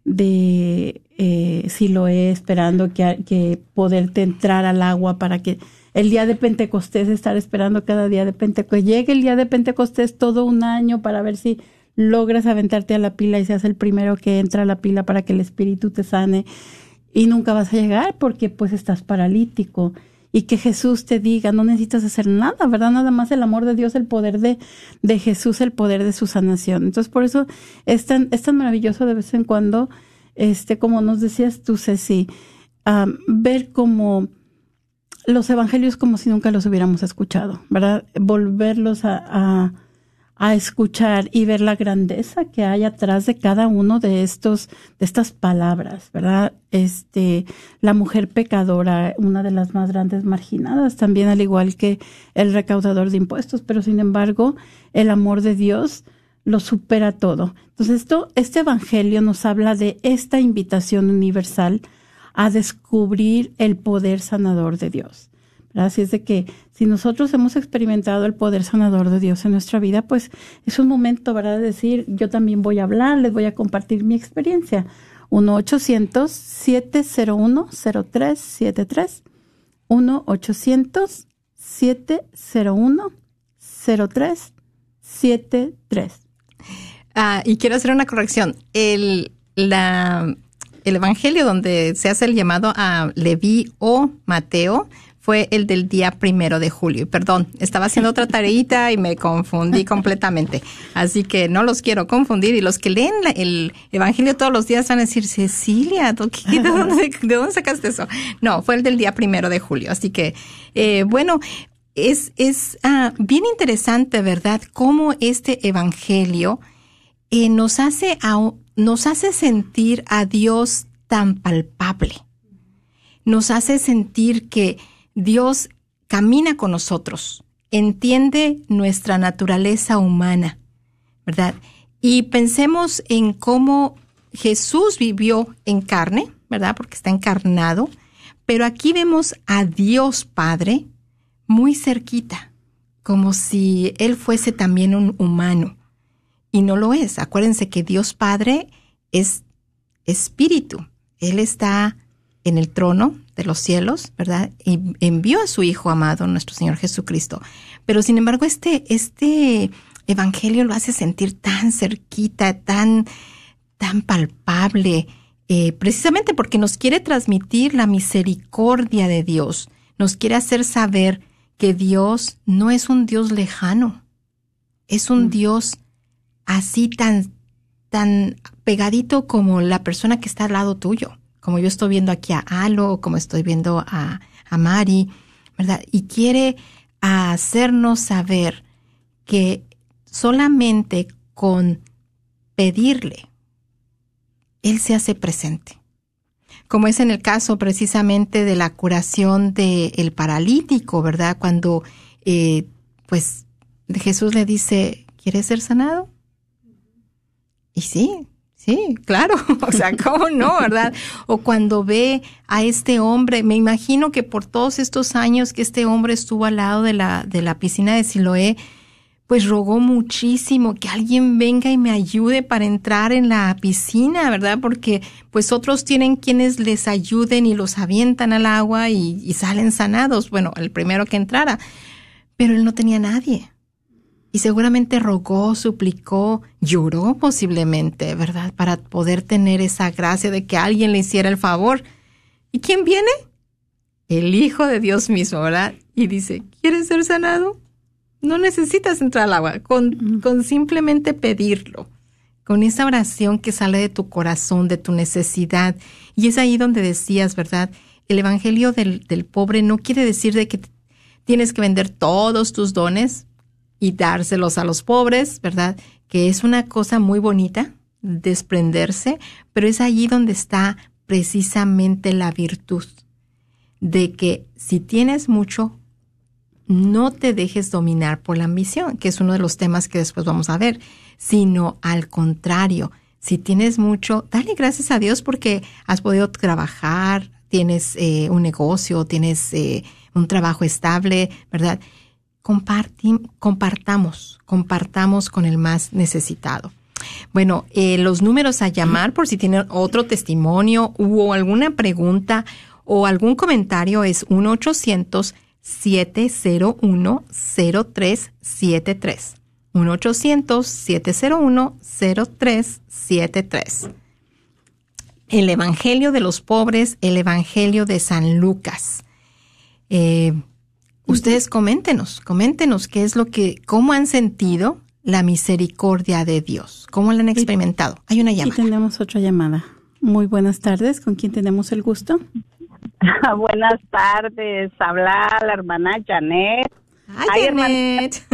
de eh, Siloé, esperando que, que poderte entrar al agua para que el día de Pentecostés, estar esperando cada día de Pentecostés, llegue el día de Pentecostés todo un año para ver si logras aventarte a la pila y seas el primero que entra a la pila para que el Espíritu te sane, y nunca vas a llegar porque pues estás paralítico. Y que Jesús te diga, no necesitas hacer nada, ¿verdad? Nada más el amor de Dios, el poder de, de Jesús, el poder de su sanación. Entonces, por eso es tan, es tan maravilloso de vez en cuando, este, como nos decías tú, Ceci, um, ver como los evangelios como si nunca los hubiéramos escuchado, ¿verdad? Volverlos a, a, a escuchar y ver la grandeza que hay atrás de cada uno de estos, de estas palabras, ¿verdad? Este, la mujer pecadora, una de las más grandes marginadas, también al igual que el recaudador de impuestos, pero sin embargo, el amor de Dios lo supera todo. Entonces, esto, este evangelio nos habla de esta invitación universal a descubrir el poder sanador de Dios. Así es de que si nosotros hemos experimentado el poder sanador de Dios en nuestra vida, pues es un momento, ¿verdad?, de decir, yo también voy a hablar, les voy a compartir mi experiencia. uno ochocientos, siete cero uno, cero tres siete tres, uno ochocientos, siete cero uno, cero tres siete tres. Ah, y quiero hacer una corrección. El, la, el evangelio donde se hace el llamado a Leví o Mateo fue el del día primero de julio. Perdón, estaba haciendo otra tareita y me confundí completamente. Así que no los quiero confundir. Y los que leen la, el evangelio todos los días van a decir, Cecilia, ¿de dónde, ¿de dónde sacaste eso? No, fue el del día primero de julio. Así que, eh, bueno, es, es uh, bien interesante, ¿verdad? Cómo este evangelio eh, nos hace a, nos hace sentir a Dios tan palpable. Nos hace sentir que Dios camina con nosotros, entiende nuestra naturaleza humana, ¿verdad? Y pensemos en cómo Jesús vivió en carne, ¿verdad? Porque está encarnado, pero aquí vemos a Dios Padre muy cerquita, como si Él fuese también un humano, y no lo es. Acuérdense que Dios Padre es espíritu, Él está en el trono de los cielos, ¿verdad? Y envió a su Hijo amado, nuestro Señor Jesucristo. Pero sin embargo, este, este evangelio lo hace sentir tan cerquita, tan, tan palpable, eh, precisamente porque nos quiere transmitir la misericordia de Dios. Nos quiere hacer saber que Dios no es un Dios lejano, es un mm. Dios así tan, tan pegadito como la persona que está al lado tuyo. Como yo estoy viendo aquí a Alo, como estoy viendo a, a Mari, ¿verdad? Y quiere hacernos saber que solamente con pedirle, Él se hace presente. Como es en el caso precisamente de la curación del paralítico, ¿verdad? Cuando eh, pues Jesús le dice, ¿quieres ser sanado? Y sí. Sí, claro, o sea, ¿cómo no, verdad? O cuando ve a este hombre, me imagino que por todos estos años que este hombre estuvo al lado de la, de la piscina de Siloé, pues rogó muchísimo que alguien venga y me ayude para entrar en la piscina, ¿verdad? Porque pues otros tienen quienes les ayuden y los avientan al agua y, y salen sanados. Bueno, el primero que entrara, pero él no tenía nadie. Y seguramente rogó, suplicó, lloró posiblemente, ¿verdad? Para poder tener esa gracia de que alguien le hiciera el favor. ¿Y quién viene? El Hijo de Dios mismo, ¿verdad? Y dice, ¿quieres ser sanado? No necesitas entrar al agua, con, con simplemente pedirlo, con esa oración que sale de tu corazón, de tu necesidad. Y es ahí donde decías, ¿verdad? El evangelio del, del pobre no quiere decir de que tienes que vender todos tus dones y dárselos a los pobres, ¿verdad? Que es una cosa muy bonita, desprenderse, pero es allí donde está precisamente la virtud de que si tienes mucho, no te dejes dominar por la ambición, que es uno de los temas que después vamos a ver, sino al contrario, si tienes mucho, dale gracias a Dios porque has podido trabajar, tienes eh, un negocio, tienes eh, un trabajo estable, ¿verdad? Compartim, compartamos, compartamos con el más necesitado. Bueno, eh, los números a llamar por si tienen otro testimonio o alguna pregunta o algún comentario es uno ochocientos, siete cero uno, cero tres siete tres. uno ochocientos, siete cero uno, cero tres siete tres. El Evangelio de los Pobres, el Evangelio de San Lucas. Eh, Ustedes coméntenos, coméntenos qué es lo que, cómo han sentido la misericordia de Dios, cómo la han experimentado. Hay una llamada. Y tenemos otra llamada. Muy buenas tardes, ¿con quién tenemos el gusto? Buenas tardes, habla la hermana Janet. Ay, Ay Janet.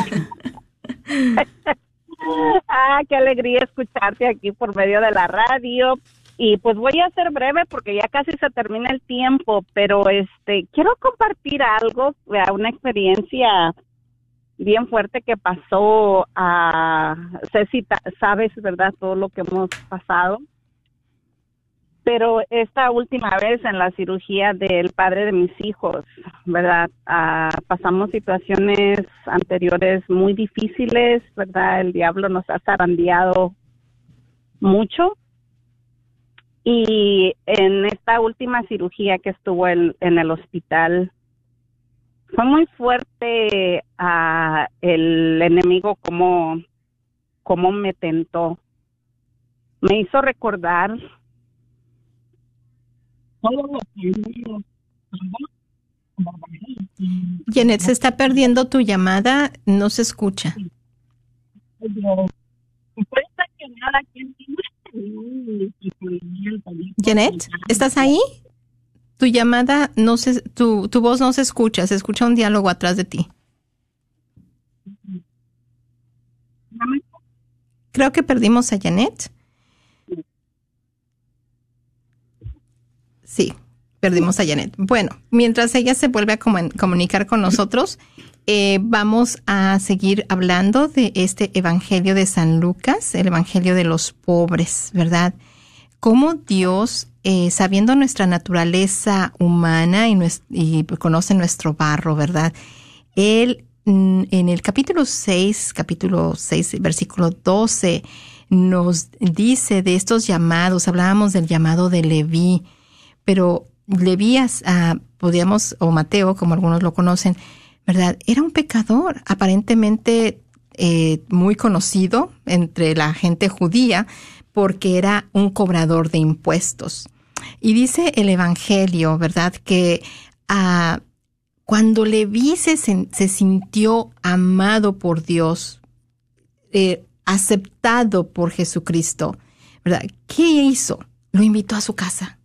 Ah, qué alegría escucharte aquí por medio de la radio. Y pues voy a ser breve porque ya casi se termina el tiempo, pero este quiero compartir algo, una experiencia bien fuerte que pasó. A Ceci, sabes, ¿verdad? Todo lo que hemos pasado. Pero esta última vez en la cirugía del padre de mis hijos, ¿verdad? Ah, pasamos situaciones anteriores muy difíciles, ¿verdad? El diablo nos ha zarandeado mucho. Y en esta última cirugía que estuvo en, en el hospital, fue muy fuerte uh, el enemigo como, como me tentó. Me hizo recordar Janet, se está perdiendo tu llamada, no se escucha. Janet, ¿estás ahí? tu llamada, no se, tu, tu voz no se escucha, se escucha un diálogo atrás de ti. Creo que perdimos a Janet. Sí, perdimos a Janet. Bueno, mientras ella se vuelve a comun- comunicar con nosotros, eh, vamos a seguir hablando de este Evangelio de San Lucas, el Evangelio de los pobres, ¿verdad? Cómo Dios, eh, sabiendo nuestra naturaleza humana y, nues- y conoce nuestro barro, ¿verdad? Él, mm, en el capítulo seis, capítulo seis, versículo doce, nos dice de estos llamados. Hablábamos del llamado de Leví, pero Levías, uh, podíamos, o Mateo, como algunos lo conocen, ¿verdad? Era un pecador, aparentemente eh, muy conocido entre la gente judía, porque era un cobrador de impuestos. Y dice el Evangelio, ¿verdad?, que uh, cuando Leví se, se sintió amado por Dios, eh, aceptado por Jesucristo, ¿verdad?, ¿qué hizo? Lo invitó a su casa.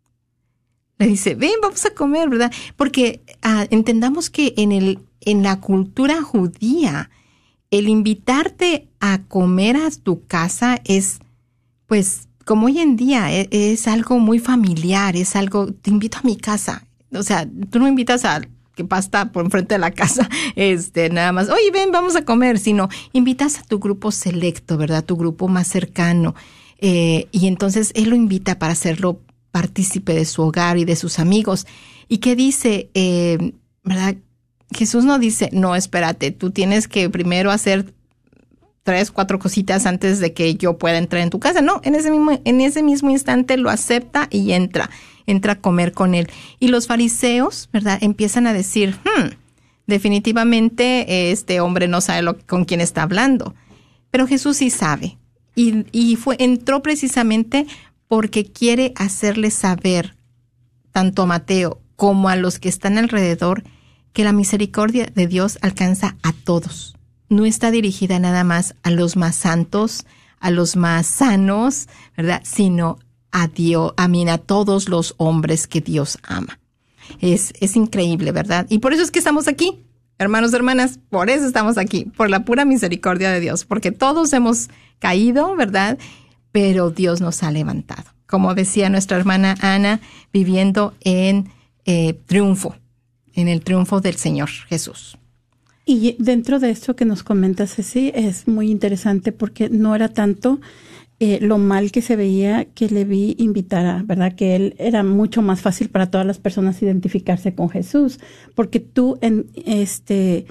Le dice, ven, vamos a comer, ¿verdad? Porque uh, entendamos que en el en la cultura judía, el invitarte a comer a tu casa es, pues, como hoy en día, es, es algo muy familiar, es algo, te invito a mi casa. O sea, tú no invitas a que pasta por enfrente de la casa, este, nada más, oye, ven, vamos a comer, sino invitas a tu grupo selecto, ¿verdad? Tu grupo más cercano. Eh, y entonces él lo invita para hacerlo partícipe de su hogar y de sus amigos. ¿Y qué dice? Eh, ¿verdad? Jesús no dice, no, espérate, tú tienes que primero hacer tres, cuatro cositas antes de que yo pueda entrar en tu casa. No, en ese mismo, en ese mismo instante lo acepta y entra, entra a comer con él. Y los fariseos, ¿verdad?, empiezan a decir, hmm, definitivamente este hombre no sabe lo, con quién está hablando. Pero Jesús sí sabe. Y, y fue, entró precisamente porque quiere hacerle saber, tanto a Mateo como a los que están alrededor, que la misericordia de Dios alcanza a todos. No está dirigida nada más a los más santos, a los más sanos, ¿verdad?, sino a Dios, a mí, a todos los hombres que Dios ama. Es, es increíble, ¿verdad? Y por eso es que estamos aquí, hermanos, hermanas, por eso estamos aquí, por la pura misericordia de Dios, porque todos hemos caído, ¿verdad?, pero Dios nos ha levantado. Como decía nuestra hermana Ana, viviendo en eh, triunfo, en el triunfo del Señor Jesús. Y dentro de esto que nos comenta Ceci, es muy interesante porque no era tanto eh, lo mal que se veía que Leví invitara, ¿verdad? Que él era mucho más fácil para todas las personas identificarse con Jesús, porque tú en este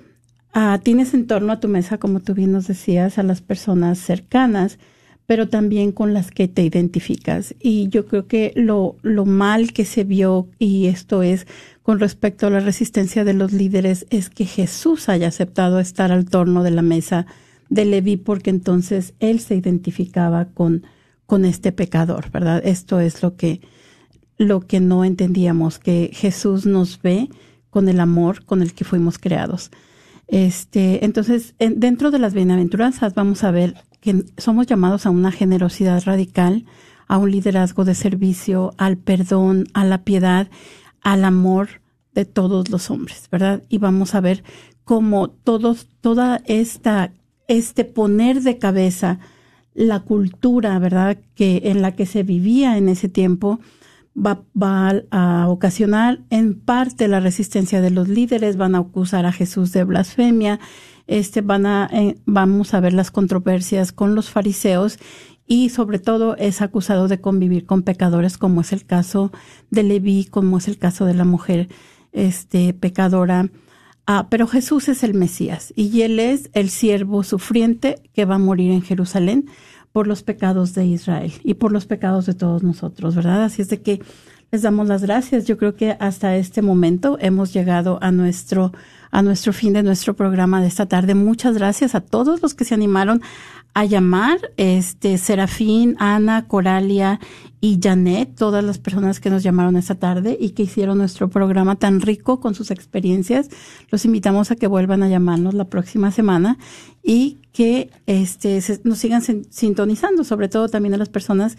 uh, tienes en torno a tu mesa, como tú bien nos decías, a las personas cercanas, pero también con las que te identificas. Y yo creo que lo, lo mal que se vio, y esto es con respecto a la resistencia de los líderes, es que Jesús haya aceptado estar al torno de la mesa de Leví, porque entonces él se identificaba con, con este pecador, ¿verdad? Esto es lo que, lo que no entendíamos, que Jesús nos ve con el amor con el que fuimos creados. Este, entonces, en, dentro de las bienaventuranzas vamos a ver que somos llamados a una generosidad radical, a un liderazgo de servicio, al perdón, a la piedad, al amor de todos los hombres, ¿verdad? Y vamos a ver cómo todos, toda esta, este poner de cabeza la cultura, ¿verdad?, que en la que se vivía en ese tiempo, va, va a ocasionar en parte la resistencia de los líderes, van a acusar a Jesús de blasfemia, este, van a, eh, vamos a ver las controversias con los fariseos, y sobre todo es acusado de convivir con pecadores, como es el caso de Leví, como es el caso de la mujer este, pecadora. Ah, pero Jesús es el Mesías y Él es el siervo sufriente que va a morir en Jerusalén por los pecados de Israel y por los pecados de todos nosotros, ¿verdad? Así es de que les damos las gracias. Yo creo que hasta este momento hemos llegado a nuestro, a nuestro fin de nuestro programa de esta tarde. Muchas gracias a todos los que se animaron a llamar, este, Serafín, Ana, Coralia y Janet, todas las personas que nos llamaron esta tarde y que hicieron nuestro programa tan rico con sus experiencias. Los invitamos a que vuelvan a llamarnos la próxima semana y que este, se, nos sigan sin, sintonizando, sobre todo también a las personas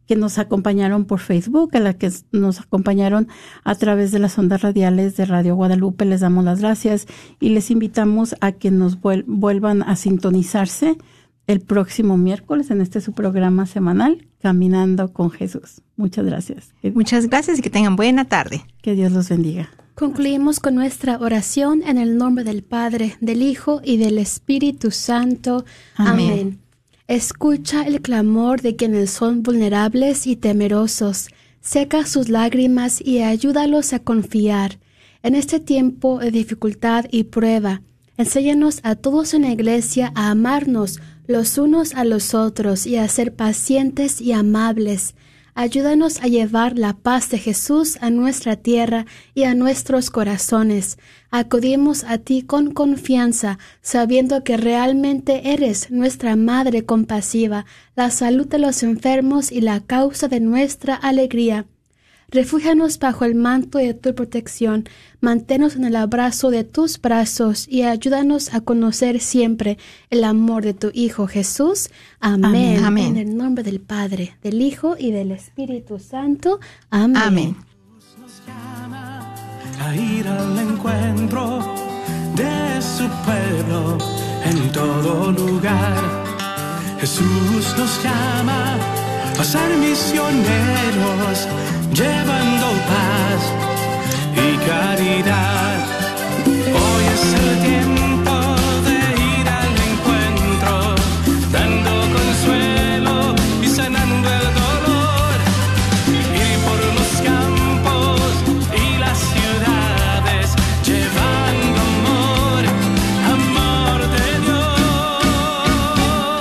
que nos acompañaron por Facebook, a las que nos acompañaron a través de las ondas radiales de Radio Guadalupe. Les damos las gracias y les invitamos a que nos vuel- vuelvan a sintonizarse el próximo miércoles en este su programa semanal, Caminando con Jesús. Muchas gracias. Muchas gracias y que tengan buena tarde. Que Dios los bendiga. Concluimos con nuestra oración en el nombre del Padre, del Hijo y del Espíritu Santo. Amén. Amén. Escucha el clamor de quienes son vulnerables y temerosos. Seca sus lágrimas y ayúdalos a confiar. En este tiempo de dificultad y prueba, enséñanos a todos en la iglesia a amarnos los unos a los otros y a ser pacientes y amables. Ayúdanos a llevar la paz de Jesús a nuestra tierra y a nuestros corazones. Acudimos a ti con confianza, sabiendo que realmente eres nuestra Madre compasiva, la salud de los enfermos y la causa de nuestra alegría. Refúgianos bajo el manto de tu protección, manténnos en el abrazo de tus brazos y ayúdanos a conocer siempre el amor de tu Hijo Jesús. Amén. Amén. En el nombre del Padre, del Hijo y del Espíritu Santo. Amén. Amén. A ir al encuentro de su pueblo en todo lugar. Jesús nos llama a ser misioneros, llevando paz y caridad. Hoy es el tiempo de ir al encuentro, dando consuelo y sanando el dolor. Ir por los campos y las ciudades, llevando amor, amor de Dios.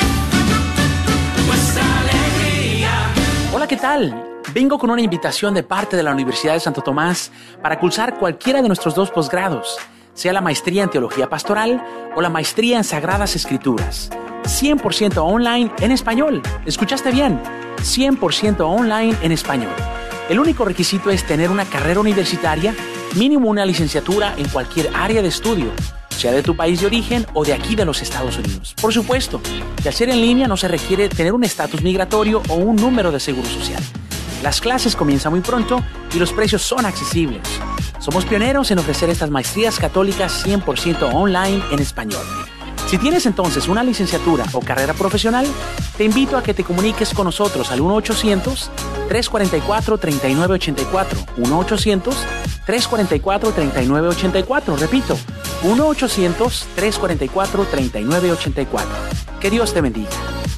Pues alegría. Hola, ¿qué tal? Vengo con una invitación de parte de la Universidad de Santo Tomás para cursar cualquiera de nuestros dos posgrados, sea la maestría en Teología Pastoral o la maestría en Sagradas Escrituras. cien por ciento online en español. ¿Escuchaste bien? cien por ciento online en español. El único requisito es tener una carrera universitaria, mínimo una licenciatura en cualquier área de estudio, sea de tu país de origen o de aquí de los Estados Unidos. Por supuesto, que al ser en línea no se requiere tener un estatus migratorio o un número de seguro social. Las clases comienzan muy pronto y los precios son accesibles. Somos pioneros en ofrecer estas maestrías católicas cien por ciento online en español. Si tienes entonces una licenciatura o carrera profesional, te invito a que te comuniques con nosotros al uno ochocientos, tres cuatro cuatro, tres nueve ocho cuatro. uno ochocientos, tres cuatro cuatro, tres nueve ocho cuatro. Repito, uno ochocientos, tres cuatro cuatro, tres nueve ocho cuatro. Que Dios te bendiga.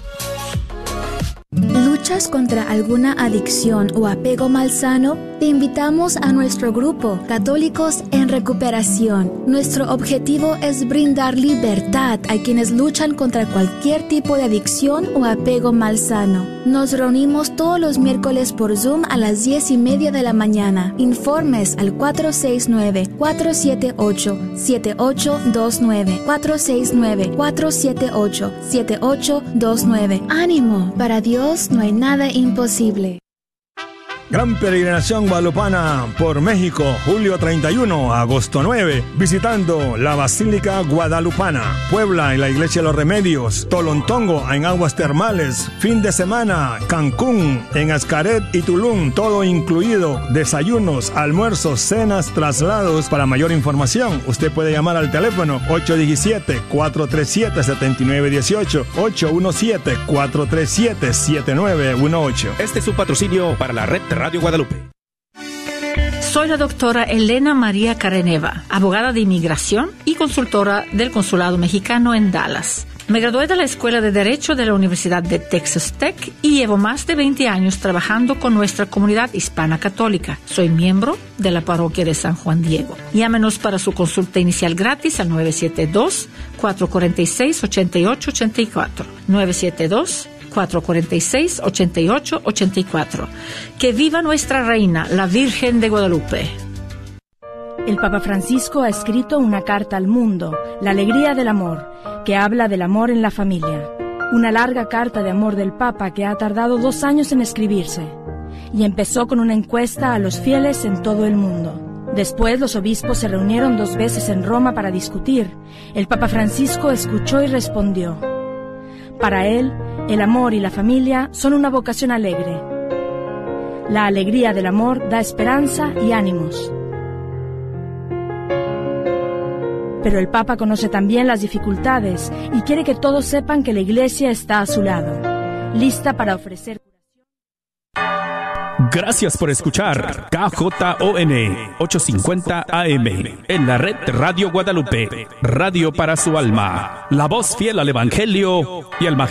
¿Luchas contra alguna adicción o apego malsano? Te invitamos a nuestro grupo Católicos en Recuperación. Nuestro objetivo es brindar libertad a quienes luchan contra cualquier tipo de adicción o apego malsano. Nos reunimos todos los miércoles por Zoom a las diez y media de la mañana. Informes al cuatro seis nueve, cuatro siete ocho, siete ocho dos nueve, cuatro seis nueve, cuatro siete ocho, siete ocho dos nueve. ¡Ánimo! Para Dios no hay nada imposible. Gran peregrinación guadalupana por México, julio treinta y uno a agosto nueve, visitando la Basílica Guadalupana, Puebla en la Iglesia de los Remedios, Tolontongo en aguas termales, fin de semana, Cancún, en Xcaret y Tulum, todo incluido, desayunos, almuerzos, cenas, traslados. Para mayor información, usted puede llamar al teléfono ocho uno siete, cuatro tres siete, siete nueve uno ocho, ocho uno siete, cuatro tres siete, siete nueve uno ocho. Este es su patrocinio para la red Radio Guadalupe. Soy la doctora Elena María Careneva, abogada de inmigración y consultora del Consulado Mexicano en Dallas. Me gradué de la Escuela de Derecho de la Universidad de Texas Tech y llevo más de veinte años trabajando con nuestra comunidad hispana católica. Soy miembro de la parroquia de San Juan Diego. Llámenos para su consulta inicial gratis al nueve siete dos, cuatro cuatro seis, ocho ocho ocho cuatro. nueve siete dos, cuatro cuatro seis, ocho ocho ocho cuatro. Que viva nuestra reina, la Virgen de Guadalupe. El Papa Francisco ha escrito una carta al mundo, La alegría del amor, que habla del amor en la familia. Una larga carta de amor del Papa que ha tardado dos años en escribirse. Y empezó con una encuesta a los fieles en todo el mundo. Después los obispos se reunieron dos veces en Roma para discutir. El Papa Francisco escuchó y respondió: Para él, el amor y la familia son una vocación alegre. La alegría del amor da esperanza y ánimos. Pero el Papa conoce también las dificultades y quiere que todos sepan que la Iglesia está a su lado, lista para ofrecer. Gracias por escuchar K J O N ochocientos cincuenta A M en la red Radio Guadalupe, radio para su alma, la voz fiel al Evangelio y al Magisterio.